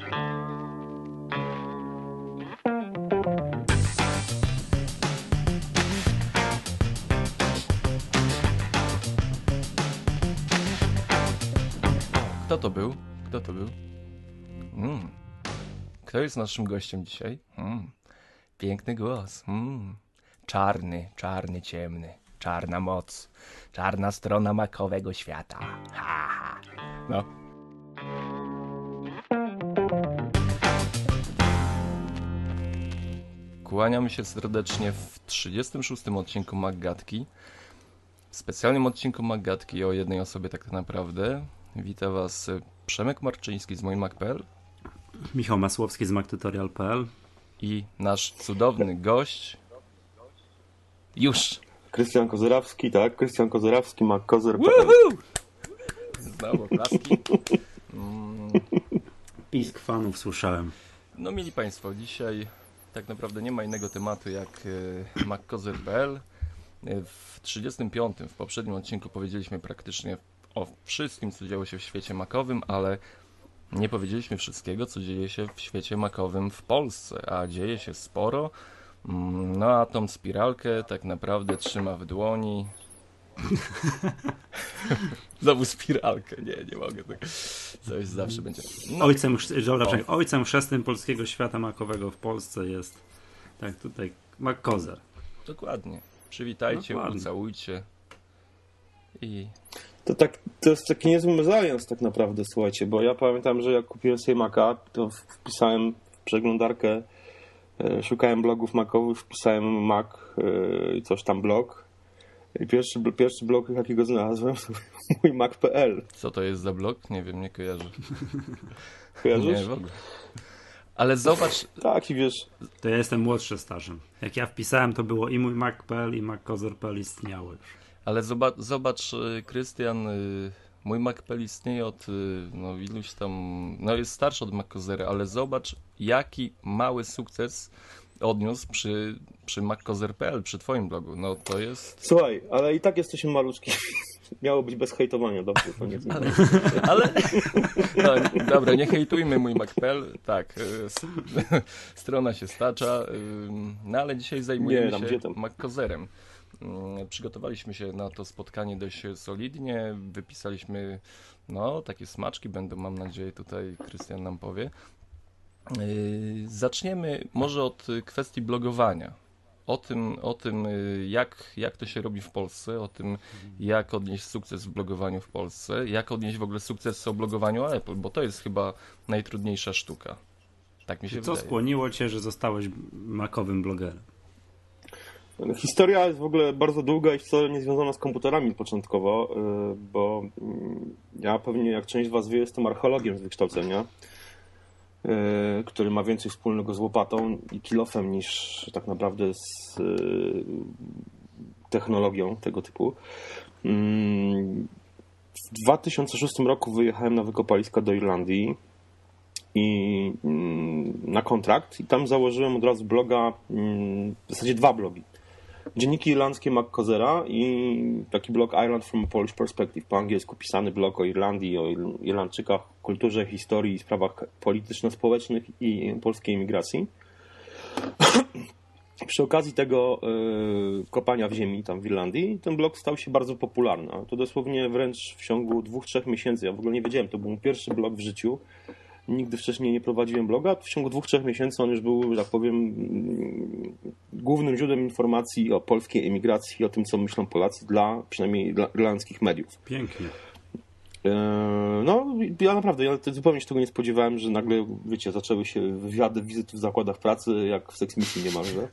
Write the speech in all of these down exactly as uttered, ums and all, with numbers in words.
Kto to był? Kto to był? Mm. Kto jest naszym gościem dzisiaj? Mm. Piękny głos. Mm. Czarny, czarny, ciemny. Czarna moc. Czarna strona makowego świata. Ha, ha. No. Kłaniamy się serdecznie w trzydziestym szóstym odcinku Maggatki. W specjalnym odcinku Maggatki o jednej osobie tak naprawdę. Wita Was Przemek Marczyński z moim Mac kropka p l, Michał Masłowski z Mactutorial kropka p l i nasz cudowny gość już Krystian Kozerawski, tak? Krystian Kozerawski, mac kozer kropka p l. Znowu klaski. Mm. Pisk fanów słyszałem. No mieli Państwo, dzisiaj tak naprawdę nie ma innego tematu jak mac kozer kropka p l. W trzydziestym piątym, w poprzednim odcinku powiedzieliśmy praktycznie o wszystkim, co działo się w świecie makowym, ale nie powiedzieliśmy wszystkiego, co dzieje się w świecie makowym w Polsce, a dzieje się sporo. No a tą spiralkę tak naprawdę trzyma w dłoni. Znowu spiralkę, nie, nie mogę. Tak. Coś zawsze będzie. No. Ojcem, dobra, ojcem chrzestnym polskiego świata makowego w Polsce jest, tak tutaj, Mac Kozer. Dokładnie. Przywitajcie, Dokładnie. ucałujcie. I... To, tak, to jest taki niezły mezalians tak naprawdę, słuchajcie, bo ja pamiętam, że jak kupiłem sobie Maca, to wpisałem w przeglądarkę, e, szukałem blogów macowych, wpisałem Mac e, i coś tam blog i pierwszy, pierwszy blog, jakiego znalazłem, to mój mac kropka p l. Co to jest za blog? Nie wiem, nie kojarzę. Kojarzysz? Nie, w ogóle. Ale zobacz... Tak, i wiesz... To ja jestem młodszy stażem. Jak ja wpisałem, to było i mój mac kropka p l i mac kozer kropka p l istniały już. Ale zobacz, zobacz Krystian, mój Mac kropka p l istnieje od no, iluś tam, no jest starszy od Mac Kozera, ale zobacz jaki mały sukces odniósł przy, przy mac kozer kropka p l, przy twoim blogu. No to jest... Słuchaj, ale i tak jesteśmy maluczki. Miało być bez hejtowania, dobrze, to nie Ale, ale no, dobra, nie hejtujmy mój mac kropka p l, tak, strona się stacza, no ale dzisiaj zajmujemy nie, tam, się tam? Mac Kozerem. Przygotowaliśmy się na to spotkanie dość solidnie, wypisaliśmy, no takie smaczki będą, mam nadzieję, tutaj Krystian nam powie. Zaczniemy może od kwestii blogowania. O tym, o tym jak, jak to się robi w Polsce, o tym, jak odnieść sukces w blogowaniu w Polsce, jak odnieść w ogóle sukces w blogowaniu Apple, bo to jest chyba najtrudniejsza sztuka. Tak mi się Co wydaje. Co skłoniło cię, że zostałeś makowym blogerem? Historia jest w ogóle bardzo długa i wcale nie związana z komputerami początkowo, bo ja pewnie, jak część z was wie, jestem archeologiem z wykształcenia, który ma więcej wspólnego z łopatą i kilofem niż tak naprawdę z technologią tego typu. W dwa tysiące szóstym roku wyjechałem na wykopaliska do Irlandii i na kontrakt i tam założyłem od razu bloga, w zasadzie dwa blogi. Dzienniki irlandzkie Mac Kozera i taki blog Ireland from a Polish Perspective, po angielsku pisany blog o Irlandii, o Irlandczykach, kulturze, historii i sprawach polityczno-społecznych i polskiej emigracji. Przy okazji tego y, kopania w ziemi tam w Irlandii ten blog stał się bardzo popularny. To dosłownie wręcz w ciągu dwóch, trzech miesięcy, ja w ogóle nie wiedziałem, to był mój pierwszy blog w życiu. Nigdy wcześniej nie prowadziłem bloga. W ciągu dwóch, trzech miesięcy on już był, że tak powiem, głównym źródłem informacji o polskiej emigracji, o tym, co myślą Polacy dla przynajmniej dla irlandzkich mediów. Pięknie. No, ja naprawdę, ja zupełnie się tego nie spodziewałem, że nagle, wiecie, zaczęły się wywiady, wizyty w zakładach pracy, jak w Sex Misji niemalże.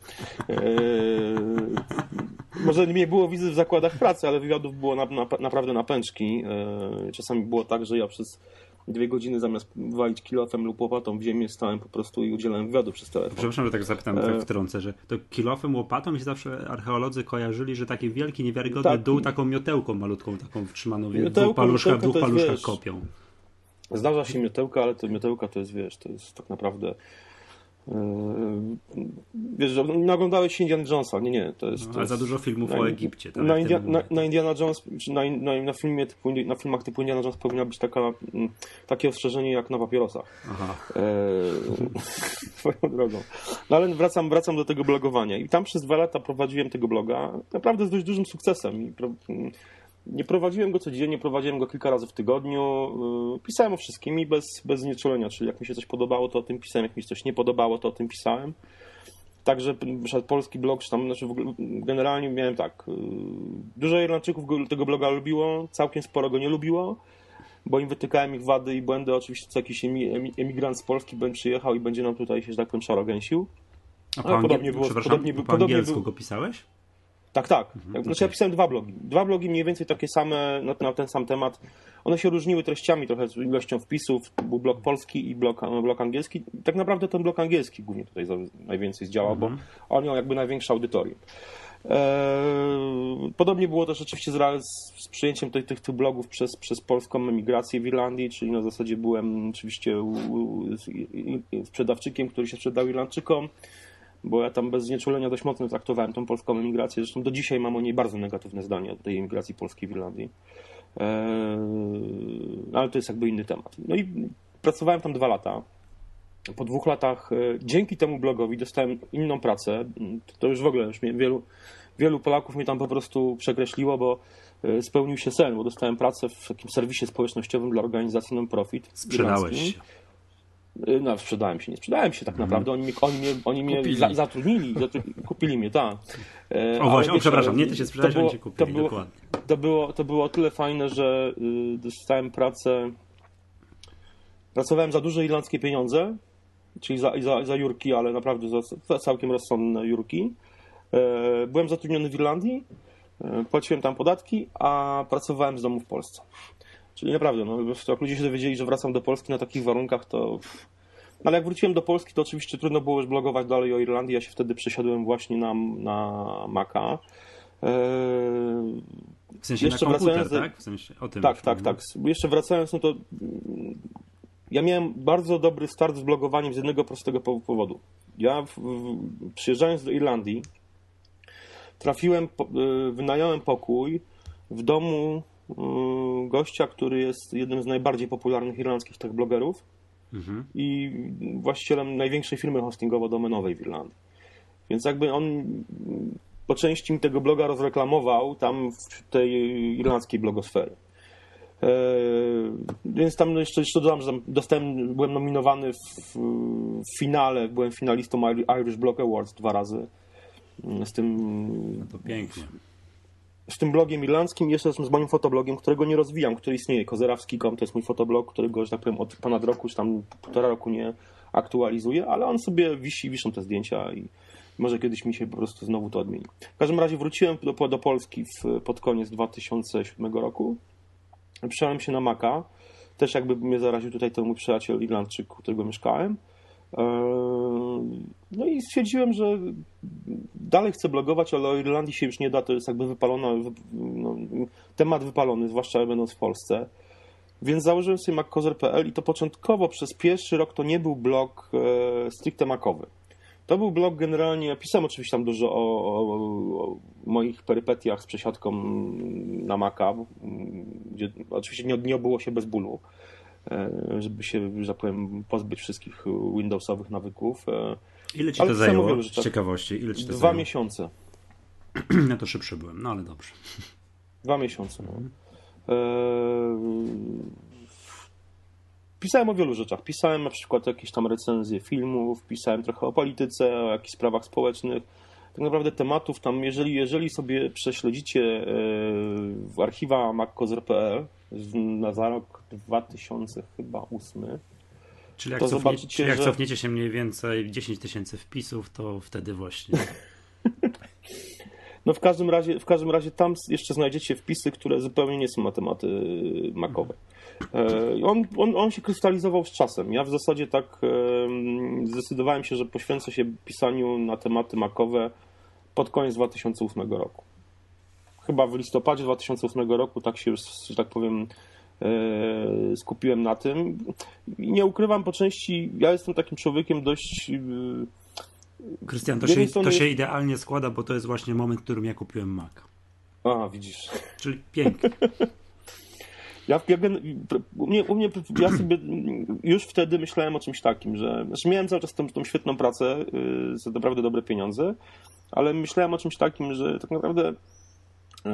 Może nie było wizyt w zakładach pracy, ale wywiadów było na, na, naprawdę na pęczki. Czasami było tak, że ja przez dwie godziny zamiast walić kilofem lub łopatą w ziemię stałem po prostu i udzielałem wywiadu przez telefon. Przepraszam, że tak zapytam, tak wtrącę, że to kilofem, łopatą mi się zawsze archeolodzy kojarzyli, że taki wielki, niewiarygodny tak. dół taką miotełką malutką, taką wtrzymaną w Miotełką, dwóch paluszkach, miotełka dwóch to jest, paluszkach wiesz, kopią. Zdarza się miotełka, ale to miotełka to jest, wiesz, to jest tak naprawdę Wiesz, że no, oglądałeś Indiana Jonesa, nie, nie, to jest... No, to ale jest, za dużo filmów na, o Egipcie. Tak, na, w India, tym na, momencie. na Indiana Jones, czy na, na, na, filmie typu, na filmach typu Indiana Jones powinna być taka, mm, takie ostrzeżenie jak na papierosach. Aha. E, swoją drogą. No ale wracam, wracam do tego blogowania. I tam przez dwa lata prowadziłem tego bloga, naprawdę z dość dużym sukcesem. I pro, nie prowadziłem go codziennie, prowadziłem go kilka razy w tygodniu. Pisałem o wszystkim i bez, bez znieczulenia, czyli jak mi się coś podobało, to o tym pisałem, jak mi się coś nie podobało, to o tym pisałem. Także polski blog, czy tam, znaczy w ogóle, generalnie miałem tak, dużo Irlandczyków tego bloga lubiło, całkiem sporo go nie lubiło, bo im wytykałem ich wady i błędy. Oczywiście co jakiś emigrant z Polski będzie przyjechał i będzie nam tutaj się, że tak powiem, szarogęsił. A po, Ale angiel... podobnie było, Przepraszam, podobnie, po podobnie angielsku był... go pisałeś? Tak, tak. Mhm, Znaczy okay. ja pisałem dwa blogi. Dwa blogi mniej więcej takie same na, na ten sam temat. One się różniły treściami trochę, z ilością wpisów. Był blog polski i blog, blog angielski. I tak naprawdę ten blog angielski głównie tutaj najwięcej zdziałał, mhm. bo on miał jakby największe audytorium. Eee, podobnie było też oczywiście z, z przyjęciem tych, tych, tych blogów przez, przez polską emigrację w Irlandii, czyli na zasadzie byłem oczywiście u, u, sprzedawczykiem, który się sprzedał Irlandczykom, bo ja tam bez znieczulenia dość mocno traktowałem tą polską emigrację. Zresztą do dzisiaj mam o niej bardzo negatywne zdanie, o tej emigracji polskiej w Irlandii. Eee, ale to jest jakby inny temat. No i pracowałem tam dwa lata. Po dwóch latach dzięki temu blogowi dostałem inną pracę. To już w ogóle już mnie, wielu, wielu Polaków mnie tam po prostu przekreśliło, bo spełnił się sen, bo dostałem pracę w takim serwisie społecznościowym dla organizacji non-profit. Sprzedałeś się. No, sprzedałem się, nie sprzedałem się tak naprawdę. Oni mnie, oni mnie, oni mnie za, zatrudnili, zatrudnili, kupili mnie, tak. E, o właśnie, wiesz, o, przepraszam, nie ty się sprzedałeś, oni cię kupili, to było, dokładnie. To było, to było o tyle fajne, że y, dostałem pracę, pracowałem za duże irlandzkie pieniądze, czyli za, za, za jurki, ale naprawdę za, za całkiem rozsądne jurki. E, byłem zatrudniony w Irlandii, e, płaciłem tam podatki, a pracowałem z domu w Polsce. Czyli naprawdę, no, jak ludzie się dowiedzieli, że wracam do Polski na takich warunkach, to... No, ale jak wróciłem do Polski, to oczywiście trudno było już blogować dalej o Irlandii. Ja się wtedy przesiadłem właśnie na, na Maca. Eee, w sensie jeszcze na komputer, wracając do... tak? W sensie o tym tak, tak, tak. Jeszcze wracając, no to ja miałem bardzo dobry start z blogowaniem z jednego prostego powodu. Ja w, w, przyjeżdżając do Irlandii, trafiłem, wynająłem pokój w domu gościa, który jest jednym z najbardziej popularnych irlandzkich tech blogerów mhm. i właścicielem największej firmy hostingowo-domenowej w Irlandii. Więc jakby on po części mi tego bloga rozreklamował tam w tej irlandzkiej blogosfery. Eee, więc tam jeszcze, jeszcze dodam, że tam dostałem, byłem nominowany w, w finale, byłem finalistą Irish Blog Awards dwa razy. Z tym... No to pięknie. Z tym blogiem irlandzkim i jeszcze z moim fotoblogiem, którego nie rozwijam, który istnieje. Kozerawski kropka com to jest mój fotoblog, którego, że tak powiem, od ponad roku, czy tam półtora roku nie aktualizuję, ale on sobie wisi, wiszą te zdjęcia i może kiedyś mi się po prostu znowu to odmieni. W każdym razie wróciłem do, do Polski w, pod koniec dwa tysiące siódmego roku. Przesiadłem się na Maca. Też jakby mnie zaraził tutaj ten mój przyjaciel Irlandczyk, u którego mieszkałem. No i stwierdziłem, że dalej chcę blogować, ale o Irlandii się już nie da, to jest jakby wypalona, no, temat wypalony, zwłaszcza będąc w Polsce. Więc założyłem sobie mac cozer kropka p l i to początkowo przez pierwszy rok to nie był blog e, stricte macowy. To był blog generalnie, ja pisałem oczywiście tam dużo o, o, o moich perypetiach z przesiadką na Maca, gdzie oczywiście nie, nie obyło się bez bólu, żeby się, że tak powiem, pozbyć wszystkich Windowsowych nawyków. Ile ci ale to zajęło? Z ciekawości. Ile ci to Dwa zajęło? miesiące. Ja to szybszy byłem, no ale dobrze. Dwa miesiące. No. Mhm. Pisałem o wielu rzeczach. Pisałem na przykład jakieś tam recenzje filmów, pisałem trochę o polityce, o jakichś sprawach społecznych. Tak naprawdę tematów tam, jeżeli, jeżeli sobie prześledzicie w archiwa mac cozer kropka p l na za rok dwa tysiące ósmy, czyli jak, to cofnie, zobaczycie, czyli jak że... cofniecie się mniej więcej dziesięć tysięcy wpisów, to wtedy właśnie... No w każdym razie, w każdym razie tam jeszcze znajdziecie wpisy, które zupełnie nie są na tematy macowe. On, on, on się krystalizował z czasem. Ja w zasadzie tak zdecydowałem się, że poświęcę się pisaniu na tematy macowe pod koniec dwa tysiące ósmego roku. Chyba w listopadzie dwa tysiące ósmego roku tak się już, że tak powiem, e, skupiłem na tym. I nie ukrywam, po części ja jestem takim człowiekiem dość... E, Krystian, to, z jednej się, to strony- się idealnie składa, bo to jest właśnie moment, w którym ja kupiłem Mac. A, widzisz. Czyli pięknie. Ja, ja, gen- u mnie, u mnie, ja sobie już wtedy myślałem o czymś takim, że znaczy miałem cały czas tą, tą świetną pracę yy, za naprawdę dobre pieniądze, ale myślałem o czymś takim, że tak naprawdę yy,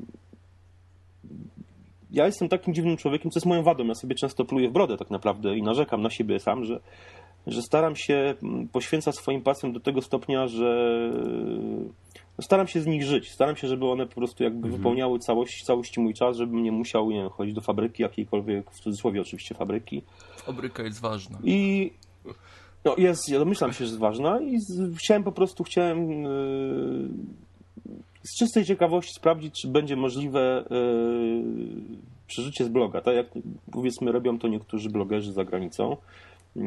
ja jestem takim dziwnym człowiekiem, co jest moją wadą. Ja sobie często pluję w brodę tak naprawdę i narzekam na siebie sam, że, że staram się poświęcać swoim pasjom do tego stopnia, że staram się z nich żyć. Staram się, żeby one po prostu jakby Mhm. wypełniały całość, całości mój czas, żebym nie musiał, nie wiem, chodzić do fabryki jakiejkolwiek, w cudzysłowie oczywiście fabryki. Fabryka jest ważna. I no jest, ja domyślam się, że jest ważna i z, chciałem po prostu, chciałem yy, z czystej ciekawości sprawdzić, czy będzie możliwe yy, przeżycie z bloga, tak jak powiedzmy robią to niektórzy blogerzy za granicą. Yy,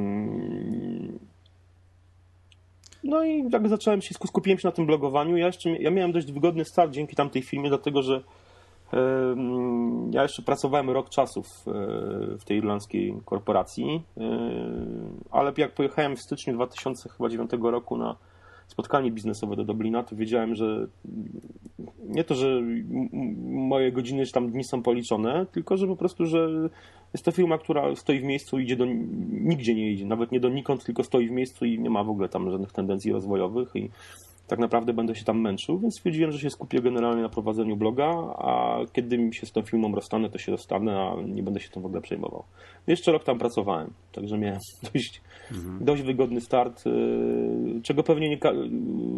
No i tak zacząłem się, skupiłem się na tym blogowaniu. Ja jeszcze ja miałem dość wygodny start dzięki tamtej firmie, dlatego że yy, ja jeszcze pracowałem rok czasu w, w tej irlandzkiej korporacji, yy, ale jak pojechałem w styczniu dwa tysiące dziewiątego roku na spotkanie biznesowe do Dublina, to wiedziałem, że nie to, że m- moje godziny czy tam dni są policzone, tylko że po prostu, że jest to firma, która stoi w miejscu, idzie do nigdzie nie idzie, nawet nie donikąd, tylko stoi w miejscu i nie ma w ogóle tam żadnych tendencji rozwojowych i tak naprawdę będę się tam męczył, więc stwierdziłem, że się skupię generalnie na prowadzeniu bloga, a kiedy mi się z tą firmą rozstanę, to się rozstanę, a nie będę się tym w ogóle przejmował. Jeszcze rok tam pracowałem, także miałem dość, Mhm. dość wygodny start, yy, czego pewnie nie... ka- yy,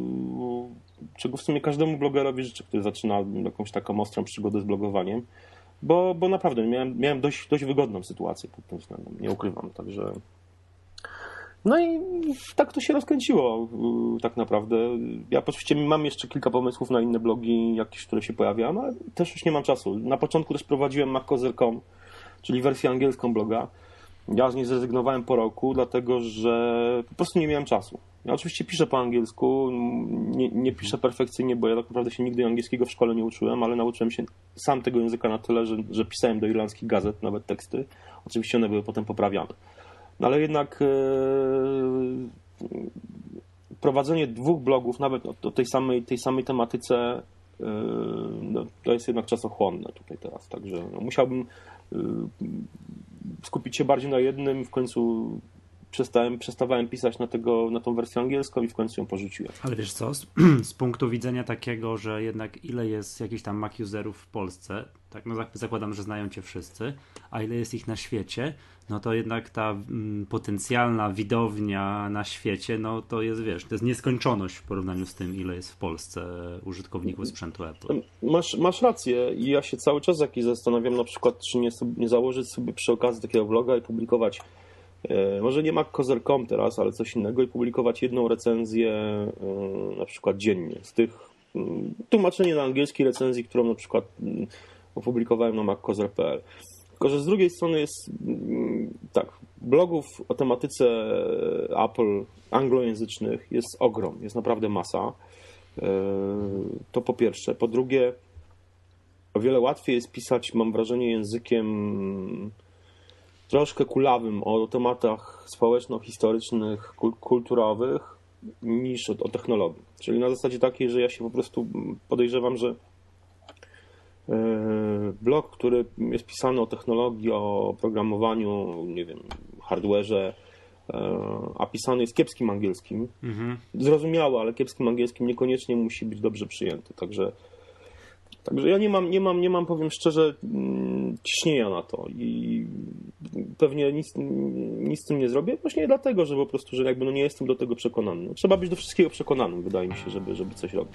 czego w sumie każdemu blogerowi życzę, który zaczyna jakąś taką ostrą przygodę z blogowaniem, bo, bo naprawdę miałem, miałem dość, dość wygodną sytuację pod tym względem, nie ukrywam, także... No i tak to się rozkręciło yy, tak naprawdę. Ja oczywiście mam jeszcze kilka pomysłów na inne blogi, jakieś, które się pojawiają, ale też już nie mam czasu. Na początku też prowadziłem maccozer kropka com, czyli wersję angielską bloga. Ja z niej zrezygnowałem po roku, dlatego że po prostu nie miałem czasu. Ja oczywiście piszę po angielsku, nie, nie piszę perfekcyjnie, bo ja tak naprawdę się nigdy angielskiego w szkole nie uczyłem, ale nauczyłem się sam tego języka na tyle, że, że pisałem do irlandzkich gazet nawet teksty. Oczywiście one były potem poprawiane. No ale jednak e, prowadzenie dwóch blogów, nawet o, o tej samej, tej samej tematyce, e, no, to jest jednak czasochłonne tutaj teraz. Także no, musiałbym e, skupić się bardziej na jednym. W końcu przestałem, przestawałem pisać na, tego, na tą wersję angielską i w końcu ją porzuciłem. Ale wiesz co, z, z punktu widzenia takiego, że jednak ile jest jakichś tam Mac userów w Polsce, tak no zak- zakładam, że znają cię wszyscy, a ile jest ich na świecie, no to jednak ta mm, potencjalna widownia na świecie, no to jest, wiesz, to jest nieskończoność w porównaniu z tym, ile jest w Polsce użytkowników sprzętu Apple. Masz, masz rację i ja się cały czas jakiś zastanawiam na przykład, czy nie, nie założyć sobie przy okazji takiego vloga i publikować e, może nie maccozer kropka com teraz, ale coś innego i publikować jedną recenzję e, na przykład dziennie z tych e, tłumaczenie na angielski recenzji, którą na przykład e, opublikowałem na maccozer kropka p l. Tylko, że z drugiej strony jest mm, tak, blogów o tematyce Apple anglojęzycznych jest ogrom, jest naprawdę masa. To po pierwsze. Po drugie, o wiele łatwiej jest pisać, mam wrażenie, językiem troszkę kulawym o tematach społeczno-historycznych, kulturowych niż o, o technologii. Czyli na zasadzie takiej, że ja się po prostu podejrzewam, że blog, który jest pisany o technologii, o programowaniu, nie wiem, hardware'ze, a pisany jest kiepskim angielskim, Mhm. zrozumiały, ale kiepskim angielskim niekoniecznie musi być dobrze przyjęty. Także, także ja nie mam, nie mam, nie mam, powiem szczerze, ciśnienia na to i pewnie nic, nic z tym nie zrobię, właśnie dlatego, że po prostu, że jakby no nie jestem do tego przekonany. No, trzeba być do wszystkiego przekonanym, wydaje mi się, żeby, żeby coś robić.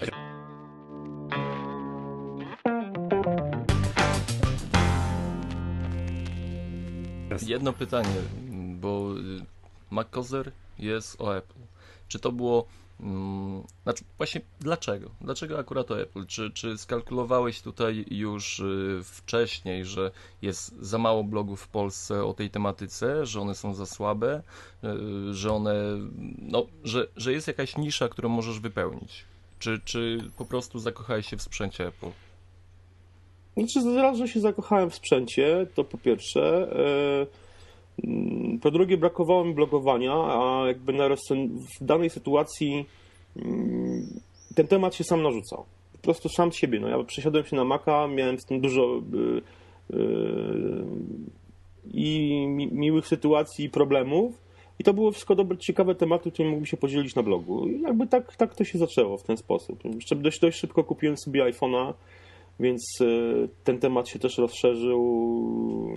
Jedno pytanie, bo maccozer jest o Apple. Czy to było... Mm, znaczy właśnie dlaczego? Dlaczego akurat o Apple? Czy, czy skalkulowałeś tutaj już y, wcześniej, że jest za mało blogów w Polsce o tej tematyce, że one są za słabe, y, że one... no, że, że jest jakaś nisza, którą możesz wypełnić? Czy, czy po prostu zakochałeś się w sprzęcie Apple? Znaczy, raz, że się zakochałem w sprzęcie, to po pierwsze. Po drugie, brakowało mi blogowania, a jakby na w danej sytuacji ten temat się sam narzucał. Po prostu sam z siebie. No, ja przesiadłem się na Maca, miałem z tym dużo yy, yy, i mi, miłych sytuacji i problemów. I to było wszystko dobre, ciekawe tematy, które mógłbym się podzielić na blogu. I jakby tak, tak to się zaczęło w ten sposób. Jeszcze dość, dość szybko kupiłem sobie iPhone'a, więc yy, ten temat się też rozszerzył.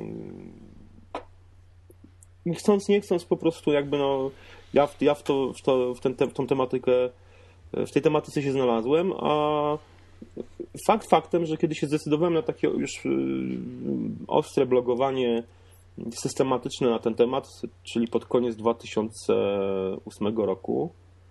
I chcąc, nie chcąc, po prostu jakby no, ja w, ja w, to, w, to, w, ten, w tą tematykę, w tej tematyce się znalazłem, a fakt faktem, że kiedy się zdecydowałem na takie już ostre blogowanie systematyczne na ten temat, czyli pod koniec dwa tysiące ósmego roku,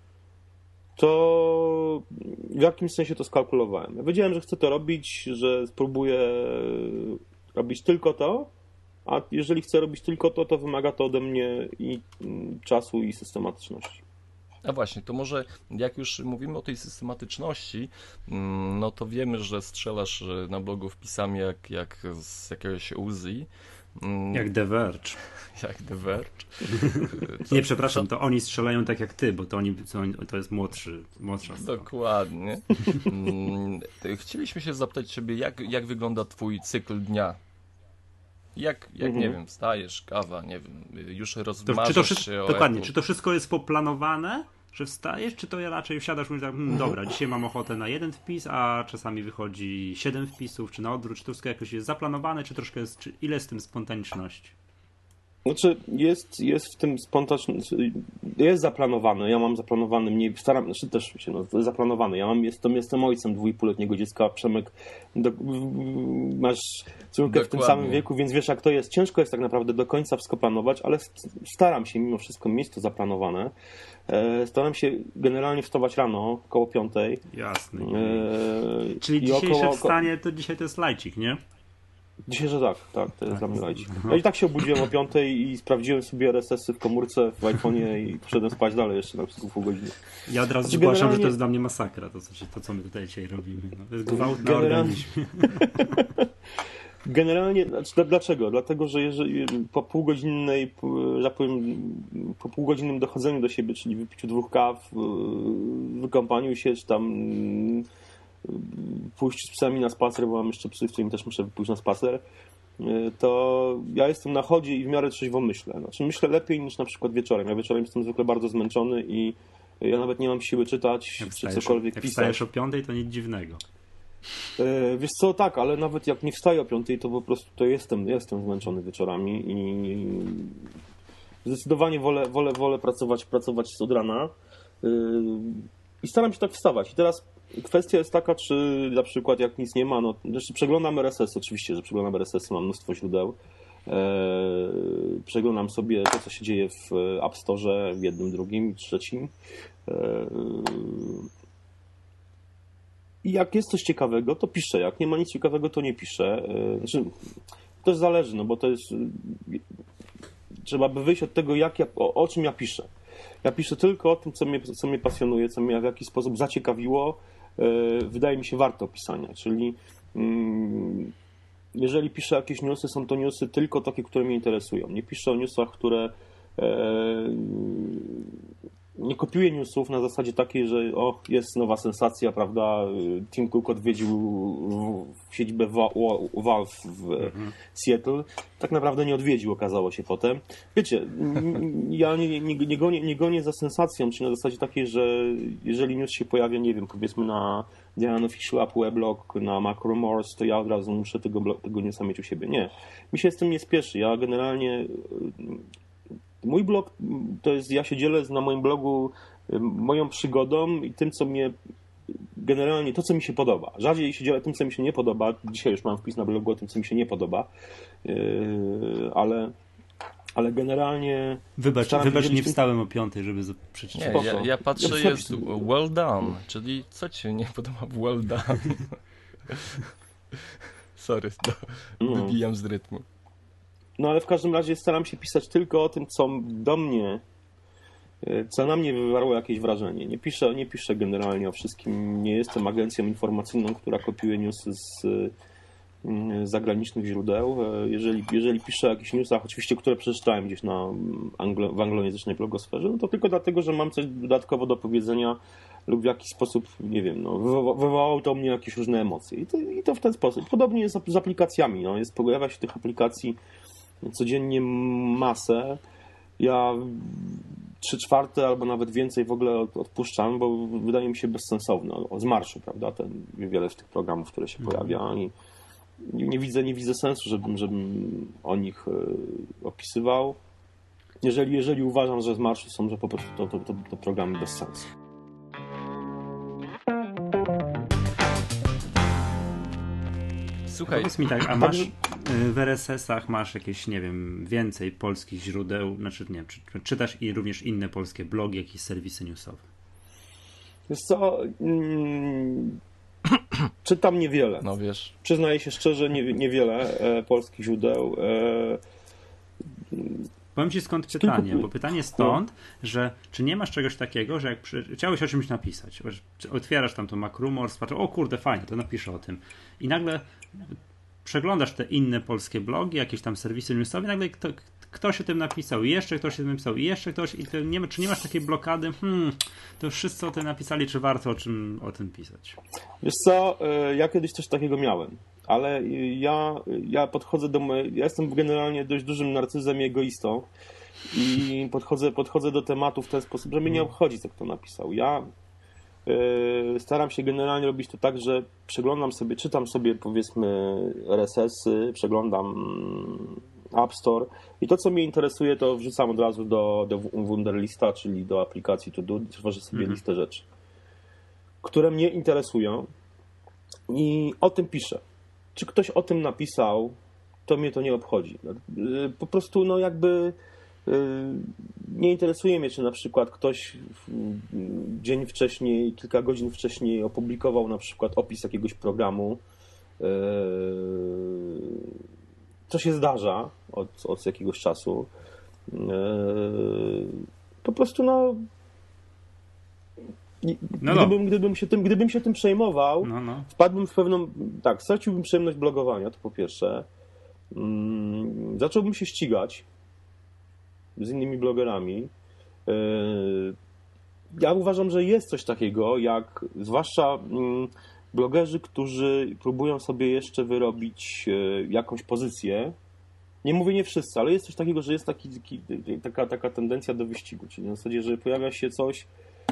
to w jakimś sensie to skalkulowałem. Ja wiedziałem, że chcę to robić, że spróbuję robić tylko to, a jeżeli chcę robić tylko to, to wymaga to ode mnie i czasu, i systematyczności. A właśnie, to może jak już mówimy o tej systematyczności, no to wiemy, że strzelasz na blogu wpisami jak, jak z jakiegoś Uzi. Jak The Verge. Jak The Verge. Co, Nie, przepraszam, to oni strzelają tak jak ty, bo to, oni, to jest młodszy, młodsza strona. Dokładnie. Chcieliśmy się zapytać ciebie, jak, jak wygląda twój cykl dnia? Jak, jak mhm. nie wiem, wstajesz, kawa, nie wiem, już rozmarzasz to, czy to wszystko, się o Dokładnie, Apple. Czy to wszystko jest poplanowane, że wstajesz, czy to raczej wsiadasz i mówisz tak, hmm, dobra, dzisiaj mam ochotę na jeden wpis, a czasami wychodzi siedem wpisów, czy na odwrót, czy to wszystko jakoś jest zaplanowane, czy troszkę jest, czy ile jest w tym spontaniczności? Znaczy, jest, jest w tym spontaniczność, jest zaplanowane, ja mam zaplanowany, mniej, staram, znaczy też się, no, zaplanowany, ja mam, jestem, jestem ojcem dwuipółletniego dziecka, Przemek, do, masz córkę w tym samym wieku, więc wiesz jak to jest, ciężko jest tak naprawdę do końca wszystko planować, ale staram się mimo wszystko mieć to zaplanowane, staram się generalnie wstawać rano, koło piątej. Jasne. E, Czyli dzisiejsze około... wstanie, to dzisiaj to jest lajcik, nie? Dzisiaj, że tak, tak, to jest tak, dla mnie lajcik. Ja i tak się obudziłem o piątej i sprawdziłem sobie R S S-y w komórce, w iPhone'ie i poszedłem spać dalej jeszcze na pół godziny. Ja od razu znaczy, zgłaszam, generalnie... że to jest dla mnie masakra, to, to co my tutaj dzisiaj robimy. No, to jest gwałt na generalnie... organizmie. Generalnie, znaczy, dlaczego? Dlatego, że jeżeli po półgodzinnej, że powiem, po półgodzinnym dochodzeniu do siebie, czyli wypiciu dwóch kaw, wykąpaniu się, czy tam pójść z psami na spacer, bo mam jeszcze psy, z którymi też muszę pójść na spacer, to ja jestem na chodzie i w miarę trzeźwo myślę. Znaczy myślę lepiej niż na przykład wieczorem. Ja wieczorem jestem zwykle bardzo zmęczony i ja nawet nie mam siły czytać, jak czy cokolwiek jak pisać. Jak wstajesz o piątej, to nic dziwnego. Wiesz co, tak, ale nawet jak nie wstaję o piątej, to po prostu to jestem, jestem zmęczony wieczorami i zdecydowanie wolę, wolę, wolę pracować, pracować od rana i staram się tak wstawać. I teraz kwestia jest taka, czy na przykład jak nic nie ma, no zresztą przeglądam R S S, oczywiście, że przeglądam R S S, mam mnóstwo źródeł. Przeglądam sobie to, co się dzieje w App Store, w jednym, drugim i trzecim. I jak jest coś ciekawego, to piszę. Jak nie ma nic ciekawego, to nie piszę. Znaczy, to też zależy, no bo to jest... Trzeba by wyjść od tego, jak ja, o, o czym ja piszę. Ja piszę tylko o tym, co mnie, co mnie pasjonuje, co mnie w jakiś sposób zaciekawiło. Wydaje mi się warto pisania. Czyli jeżeli piszę jakieś newsy, są to newsy tylko takie, które mnie interesują. Nie piszę o newsach, które... Nie kopiuję newsów na zasadzie takiej, że o, jest nowa sensacja, prawda, Tim Cook odwiedził siedzibę Valve w mhm. Seattle. Tak naprawdę nie odwiedził, okazało się potem. Wiecie, ja nie, nie, nie, gonię, nie gonię za sensacją, czy na zasadzie takiej, że jeżeli news się pojawia, nie wiem, powiedzmy na The Unofficial App Weblog, na Mac Rumors, to ja od razu muszę tego, tego newsa mieć u siebie. Nie. Mi się z tym nie spieszy. Ja generalnie... Mój blog, to jest, ja się dzielę na moim blogu moją przygodą i tym, co mnie generalnie, to, co mi się podoba. Rzadziej się dzielę tym, co mi się nie podoba. Dzisiaj już mam wpis na blogu o tym, co mi się nie podoba, ale, ale generalnie... Wybacz, wybacz nie tym... wstałem o piątej, żeby przeczytać. Nie, ja, ja patrzę, ja jest well done, czyli co ci się nie podoba w well done? Sorry, no, wybijam z rytmu. No ale w każdym razie staram się pisać tylko o tym, co do mnie, co na mnie wywarło jakieś wrażenie. Nie piszę, nie piszę generalnie o wszystkim. Nie jestem agencją informacyjną, która kopiuje newsy z, zagranicznych źródeł. Jeżeli, jeżeli piszę o jakichś newsach, oczywiście, które przeczytałem gdzieś na anglo, w anglojęzycznej blogosferze, no to tylko dlatego, że mam coś dodatkowo do powiedzenia lub w jakiś sposób, nie wiem, no, wywołało to u mnie jakieś różne emocje. I to, i to w ten sposób. Podobnie jest z aplikacjami. No. Jest, pojawia się tych aplikacji codziennie masę. Ja trzy czwarte albo nawet więcej w ogóle odpuszczam, bo wydaje mi się bezsensowne. Z marszu, prawda? Ten, wiele z tych programów, które się pojawia i nie widzę, nie widzę sensu, żebym, żebym o nich opisywał. Jeżeli, jeżeli uważam, że z marszu są, że po prostu to, to, to, to programy bez sensu. Słuchaj, powiedz mi tak, a masz w R S S-ach masz jakieś, nie wiem, więcej polskich źródeł, znaczy nie, czy, czytasz i również inne polskie blogi, jakieś serwisy newsowe? Wiesz co, mm, czytam niewiele. No wiesz. Przyznaję się szczerze, nie, niewiele e, polskich źródeł. E, Powiem ci skąd pytanie, tylko... bo pytanie stąd, że czy nie masz czegoś takiego, że jak przy... chciałeś o czymś napisać, otwierasz tam to MacRumors, patrzysz, o kurde, fajnie, to napiszę o tym. I nagle przeglądasz te inne polskie blogi, jakieś tam serwisy newsowe, i nagle kto, ktoś o tym napisał, i jeszcze ktoś o tym napisał, i jeszcze ktoś, i to nie, czy nie masz takiej blokady, hmm, to już wszyscy o tym napisali, czy warto o, czym, o tym pisać? Wiesz co, ja kiedyś coś takiego miałem. Ale ja, ja podchodzę do mojej, ja jestem generalnie dość dużym narcyzem i egoistą i podchodzę, podchodzę do tematu w ten sposób, że mnie nie obchodzi, co kto napisał. Ja y, staram się generalnie robić to tak, że przeglądam sobie, czytam sobie powiedzmy R S S-y, przeglądam App Store i to, co mnie interesuje, to wrzucam od razu do, do Wunderlista, czyli do aplikacji To Do, tworzę sobie mhm. listę rzeczy, które mnie interesują i o tym piszę. Czy ktoś o tym napisał, to mnie to nie obchodzi. Po prostu, no jakby nie interesuje mnie, czy na przykład ktoś dzień wcześniej, kilka godzin wcześniej opublikował na przykład opis jakiegoś programu. To się zdarza od, od jakiegoś czasu. Po prostu, no... No gdybym, no. Gdybym, się tym, gdybym się tym przejmował, no, no. wpadłbym w pewną... Tak, straciłbym przyjemność blogowania, to po pierwsze. Hmm, zacząłbym się ścigać z innymi blogerami. Yy, ja uważam, że jest coś takiego, jak zwłaszcza yy, blogerzy, którzy próbują sobie jeszcze wyrobić yy, jakąś pozycję. Nie mówię nie wszyscy, ale jest coś takiego, że jest taki, taki, taka, taka tendencja do wyścigu. Czyli na zasadzie, że pojawia się coś,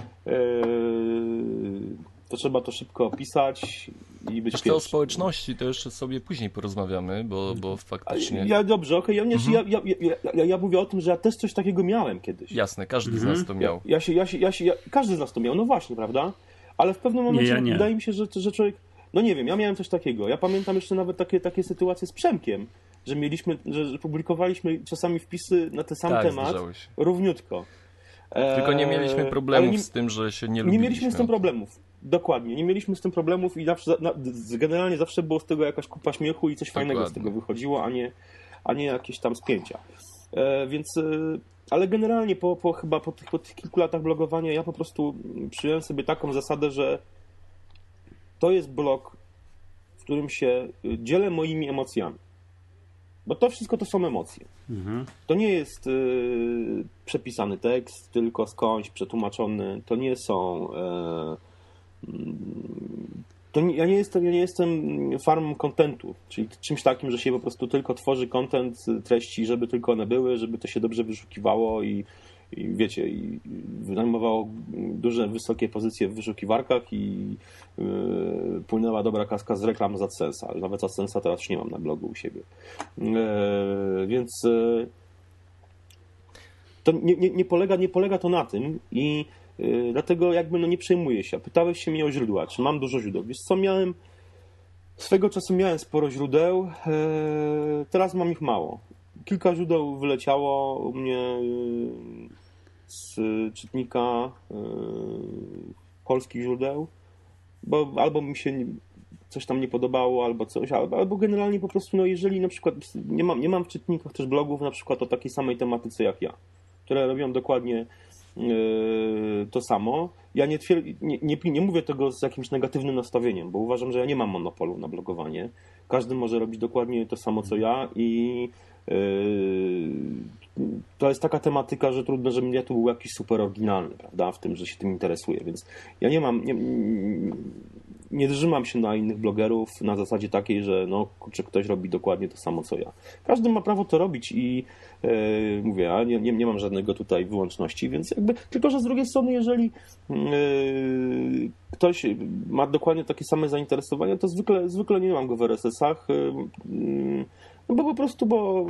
to trzeba to szybko opisać i być pierwszy. O społeczności to jeszcze sobie później porozmawiamy, bo, bo faktycznie... Ja dobrze, okej, okay. ja, mhm. ja, ja, ja, ja, ja mówię o tym, że ja też coś takiego miałem kiedyś. Jasne, każdy mhm. z nas to miał. Ja, ja się, ja się, ja się, ja, każdy z nas to miał, no właśnie, prawda? Ale w pewnym momencie nie, ja nie. wydaje mi się, że, że człowiek... No nie wiem, ja miałem coś takiego. Ja pamiętam jeszcze nawet takie, takie sytuacje z Przemkiem, że mieliśmy, że publikowaliśmy czasami wpisy na ten sam tak, temat równiutko. Tylko nie mieliśmy problemów nie, z tym, że się nie lubiliśmy. Nie mieliśmy z tym problemów. Dokładnie. Nie mieliśmy z tym problemów i zawsze, na, generalnie zawsze było z tego jakaś kupa śmiechu i coś Dokładnie. fajnego z tego wychodziło, a nie, a nie jakieś tam spięcia. E, więc, e, ale generalnie po, po chyba po tych, po tych kilku latach blogowania ja po prostu przyjąłem sobie taką zasadę, że to jest blog, w którym się dzielę moimi emocjami. Bo to wszystko to są emocje. Mhm. To nie jest y, przepisany tekst, tylko skądś przetłumaczony. To nie są... Y, y, to nie, ja, nie jestem, ja nie jestem farmą kontentu, czyli czymś takim, że się po prostu tylko tworzy content, treści, żeby tylko one były, żeby to się dobrze wyszukiwało i, i wiecie, i zajmowało duże, wysokie pozycje w wyszukiwarkach i yy, płynęła dobra kaska z reklam z AdSense'a, ale nawet AdSense'a teraz już nie mam na blogu u siebie. Yy, więc yy, to nie, nie, nie, polega, nie polega to na tym i yy, dlatego jakby no nie przejmuję się. Pytałeś się mnie o źródła, czy mam dużo źródeł. Wiesz co, miałem swego czasu miałem sporo źródeł, yy, teraz mam ich mało. Kilka źródeł wyleciało u mnie z czytnika yy, polskich źródeł, bo albo mi się coś tam nie podobało, albo coś, albo, albo generalnie po prostu, no jeżeli na przykład nie mam, nie mam w czytnikach też blogów na przykład o takiej samej tematyce jak ja, które robią dokładnie yy, to samo. ja nie, twier- nie, nie, nie mówię tego z jakimś negatywnym nastawieniem, bo uważam, że ja nie mam monopolu na blogowanie. Każdy może robić dokładnie to samo, co ja i yy, to jest taka tematyka, że trudno, żebym ja tu był jakiś super oryginalny, prawda, w tym, że się tym interesuję, więc ja nie mam, nie, nie trzymam się na innych blogerów na zasadzie takiej, że no, kurczę, ktoś robi dokładnie to samo, co ja. Każdy ma prawo to robić i yy, mówię, ja nie, nie, nie mam żadnego tutaj wyłączności, więc jakby, tylko że z drugiej strony, jeżeli yy, ktoś ma dokładnie takie same zainteresowania, to zwykle, zwykle nie mam go w er es esach, yy, no bo po prostu, bo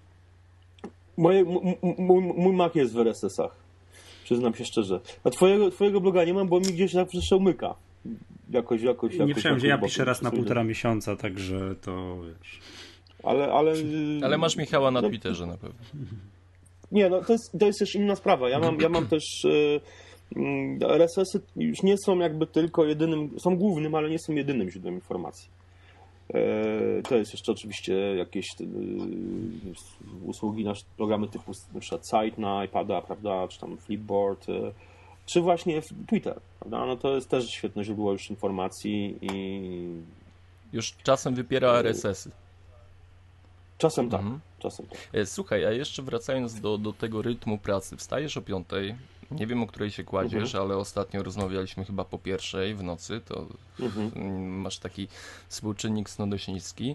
moje, mój, mój Mac jest w er es esach. Przyznam się szczerze. A twojego, twojego bloga nie mam, bo mi gdzieś zawsze umyka. Jakoś, jakoś, jakoś. Nie przejmuj się, ja piszę raz na półtora półtora miesiąca, także to wiesz. Ale, ale... Ale masz Michała na no, Twitterze na pewno. Nie, no to jest, to jest też inna sprawa. Ja mam, ja mam też... er es esy już nie są jakby tylko jedynym... Są głównym, ale nie są jedynym źródłem informacji. To jest jeszcze oczywiście jakieś usługi, nasze programy typu na przykład Site na iPada, prawda, czy tam Flipboard, czy właśnie Twitter, prawda? No to jest też świetne źródło już informacji i... Już czasem wypiera er es esy. Czasem tak, Mhm. czasem tak. Słuchaj, a jeszcze wracając do, do tego rytmu pracy, wstajesz o piątej, nie wiem o której się kładziesz, mhm. ale ostatnio rozmawialiśmy chyba po pierwszej w nocy, to mhm. masz taki współczynnik snu dość niski.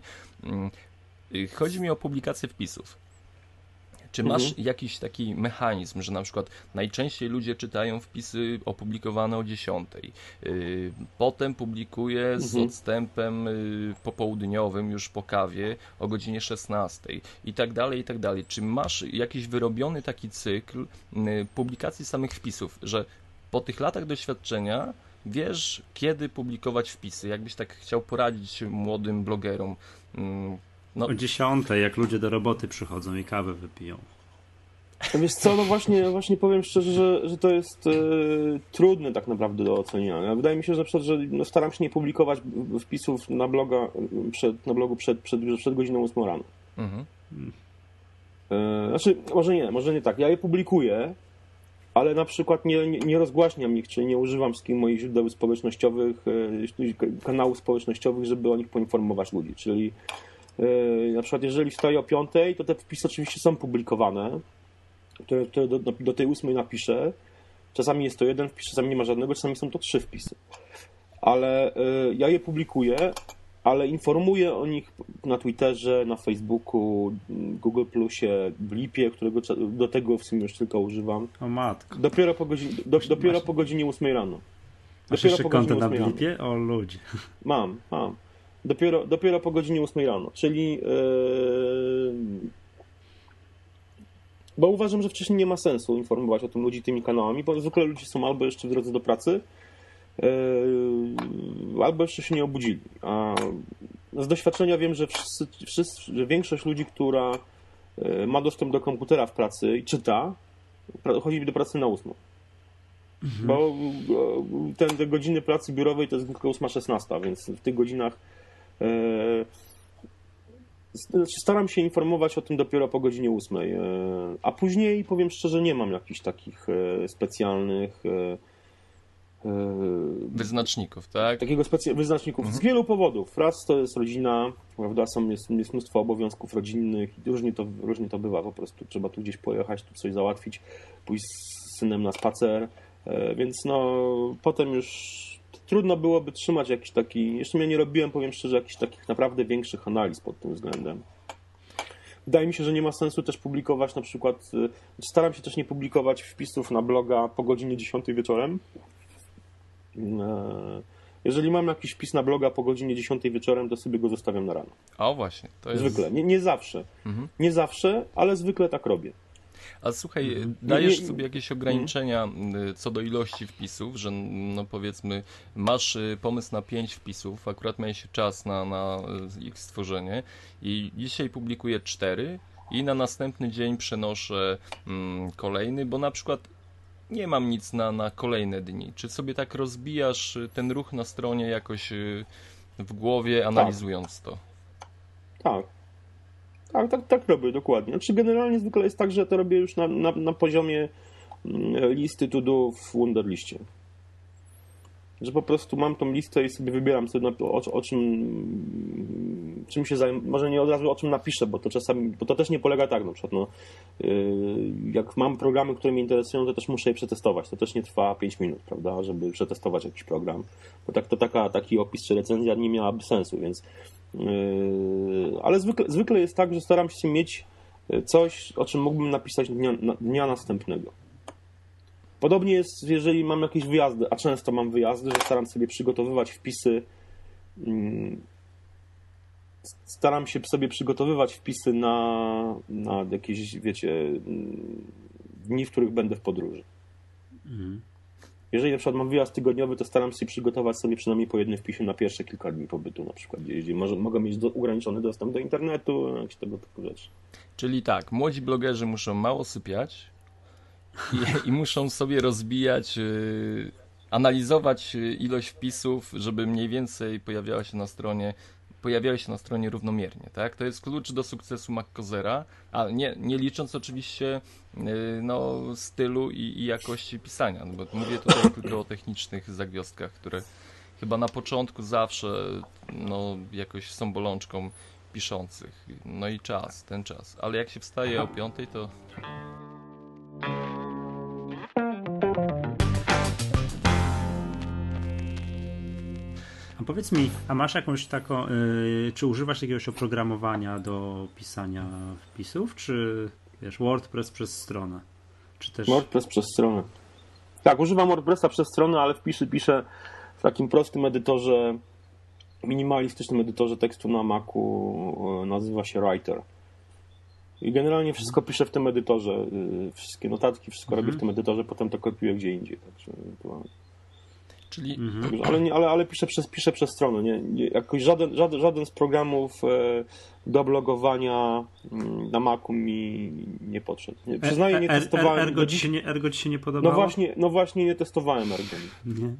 Chodzi mi o publikację wpisów. Czy masz mhm. jakiś taki mechanizm, że na przykład najczęściej ludzie czytają wpisy opublikowane o dziesiątej, yy, potem publikuję mhm. z odstępem yy, popołudniowym już po kawie o godzinie szesnastej i tak dalej, i tak dalej. Czy masz jakiś wyrobiony taki cykl yy, publikacji samych wpisów, że po tych latach doświadczenia wiesz, kiedy publikować wpisy? Jakbyś tak chciał poradzić młodym blogerom? Yy, No. O dziesiątej, jak ludzie do roboty przychodzą i kawę wypiją. Wiesz co, no właśnie, właśnie powiem szczerze, że, że to jest e, trudne tak naprawdę do oceniania. Wydaje mi się, że, przed, że no staram się nie publikować wpisów na bloga przed, na blogu przed, przed, przed godziną ósmą rano. Mhm. E, znaczy, może nie, może nie tak. Ja je publikuję, ale na przykład nie, nie, nie rozgłaśniam ich, czyli nie używam wszystkich moich źródeł społecznościowych, e, kanałów społecznościowych, żeby o nich poinformować ludzi. Czyli na przykład jeżeli wstaję o piątej, to te wpisy oczywiście są publikowane, które, które do, do tej ósmej napiszę. Czasami jest to jeden wpis, czasami nie ma żadnego, czasami są to trzy wpisy. Ale y, ja je publikuję, ale informuję o nich na Twitterze, na Facebooku, Google Plusie, w Lipie, którego do tego w sumie już tylko używam. O matko. Dopiero po godzinie, do, dopiero po godzinie ósmej rano. Masz jeszcze konto na Lipie? O ludzie. Mam, mam. Dopiero, dopiero po godzinie ósmej rano, czyli yy... bo uważam, że wcześniej nie ma sensu informować o tym ludzi tymi kanałami, bo zwykle ludzie są albo jeszcze w drodze do pracy, yy... albo jeszcze się nie obudzili. A z doświadczenia wiem, że, wszyscy, wszyscy, że większość ludzi, która ma dostęp do komputera w pracy i czyta, chodzi do pracy na ósmą. Mhm. Bo te, te godziny pracy biurowej to jest tylko ósma szesnasta, więc w tych godzinach staram się informować o tym dopiero po godzinie ósmej, a później powiem szczerze, nie mam jakichś takich specjalnych wyznaczników, tak? Takiego specy- wyznaczników mhm. z wielu powodów. Raz to jest rodzina, prawda, są, jest, jest mnóstwo obowiązków rodzinnych i różnie to, różnie to bywa po prostu. Trzeba tu gdzieś pojechać, tu coś załatwić, pójść z synem na spacer, więc no potem już trudno byłoby trzymać jakiś taki, jeszcze ja nie robiłem, powiem szczerze, jakichś takich naprawdę większych analiz pod tym względem. Wydaje mi się, że nie ma sensu też publikować na przykład, staram się też nie publikować wpisów na bloga po godzinie dziesiątej wieczorem. Jeżeli mam jakiś wpis na bloga po godzinie dziesiątej wieczorem, to sobie go zostawiam na rano. O właśnie, to jest... Zwykle, nie, nie zawsze. Mhm. Nie zawsze, ale zwykle tak robię. A słuchaj, dajesz sobie jakieś ograniczenia co do ilości wpisów, że no powiedzmy masz pomysł na pięć wpisów, akurat miałeś czas na, na ich stworzenie i dzisiaj publikuję cztery i na następny dzień przenoszę mm, kolejny, bo na przykład nie mam nic na, na kolejne dni. Czy sobie tak rozbijasz ten ruch na stronie jakoś w głowie, analizując to? Tak. Tak, tak, tak robię, dokładnie. Znaczy generalnie zwykle jest tak, że to robię już na, na, na poziomie listy to do w Wunderliście. że po prostu mam tą listę i sobie wybieram sobie o, o czym czym się zajmę, może nie od razu o czym napiszę, bo to czasami, bo to też nie polega tak, na przykład no, jak mam programy, które mnie interesują, to też muszę je przetestować, to też nie trwa pięć minut, prawda, żeby przetestować jakiś program, bo tak to taka, taki opis czy recenzja nie miałaby sensu, więc ale zwykle, zwykle jest tak, że staram się mieć coś, o czym mógłbym napisać dnia, dnia następnego. Podobnie jest, jeżeli mam jakieś wyjazdy, a często mam wyjazdy, że staram sobie przygotowywać wpisy, staram się sobie przygotowywać wpisy na, na jakieś, wiecie, dni, w których będę w podróży. Mhm. Jeżeli na przykład mam wyjazd tygodniowy, to staram się przygotować sobie przynajmniej po jednym wpisie na pierwsze kilka dni pobytu, na przykład, gdzie, gdzie może, mogę mieć do, ograniczony dostęp do internetu, jakieś tego typu rzeczy. Czyli tak, młodzi blogerzy muszą mało sypiać i, i muszą sobie rozbijać, yy, analizować ilość wpisów, żeby mniej więcej pojawiała się na stronie, pojawiały się na stronie równomiernie, tak? To jest klucz do sukcesu Maccozera, a nie, nie licząc oczywiście yy, no, stylu i, i jakości pisania, no bo mówię tutaj tylko o technicznych zagwozdkach, które chyba na początku zawsze no, jakoś są bolączką piszących. No i czas, ten czas. Ale jak się wstaje o piątej, to... A powiedz mi, a masz jakąś taką, yy, czy używasz jakiegoś oprogramowania do pisania wpisów, czy wiesz, WordPress przez stronę? Czy też... WordPress przez stronę. Tak, używam WordPressa przez stronę, ale wpisy piszę w takim prostym edytorze, minimalistycznym edytorze tekstu na Macu, nazywa się Writer. I generalnie wszystko piszę w tym edytorze, wszystkie notatki, wszystko mhm. robię w tym edytorze, potem to kopiuję gdzie indziej. Także to... Czyli... Mhm. Ale, nie, ale, ale piszę przez, piszę przez stronę. Nie, nie, jakoś żaden, żaden, żaden z programów e, do blogowania na Macu mi nie podszedł. Nie, przyznaję, nie er, testowałem. Er, ergo, ci się nie, ergo ci się nie podobało? No właśnie, no właśnie nie testowałem Ergo. Nie.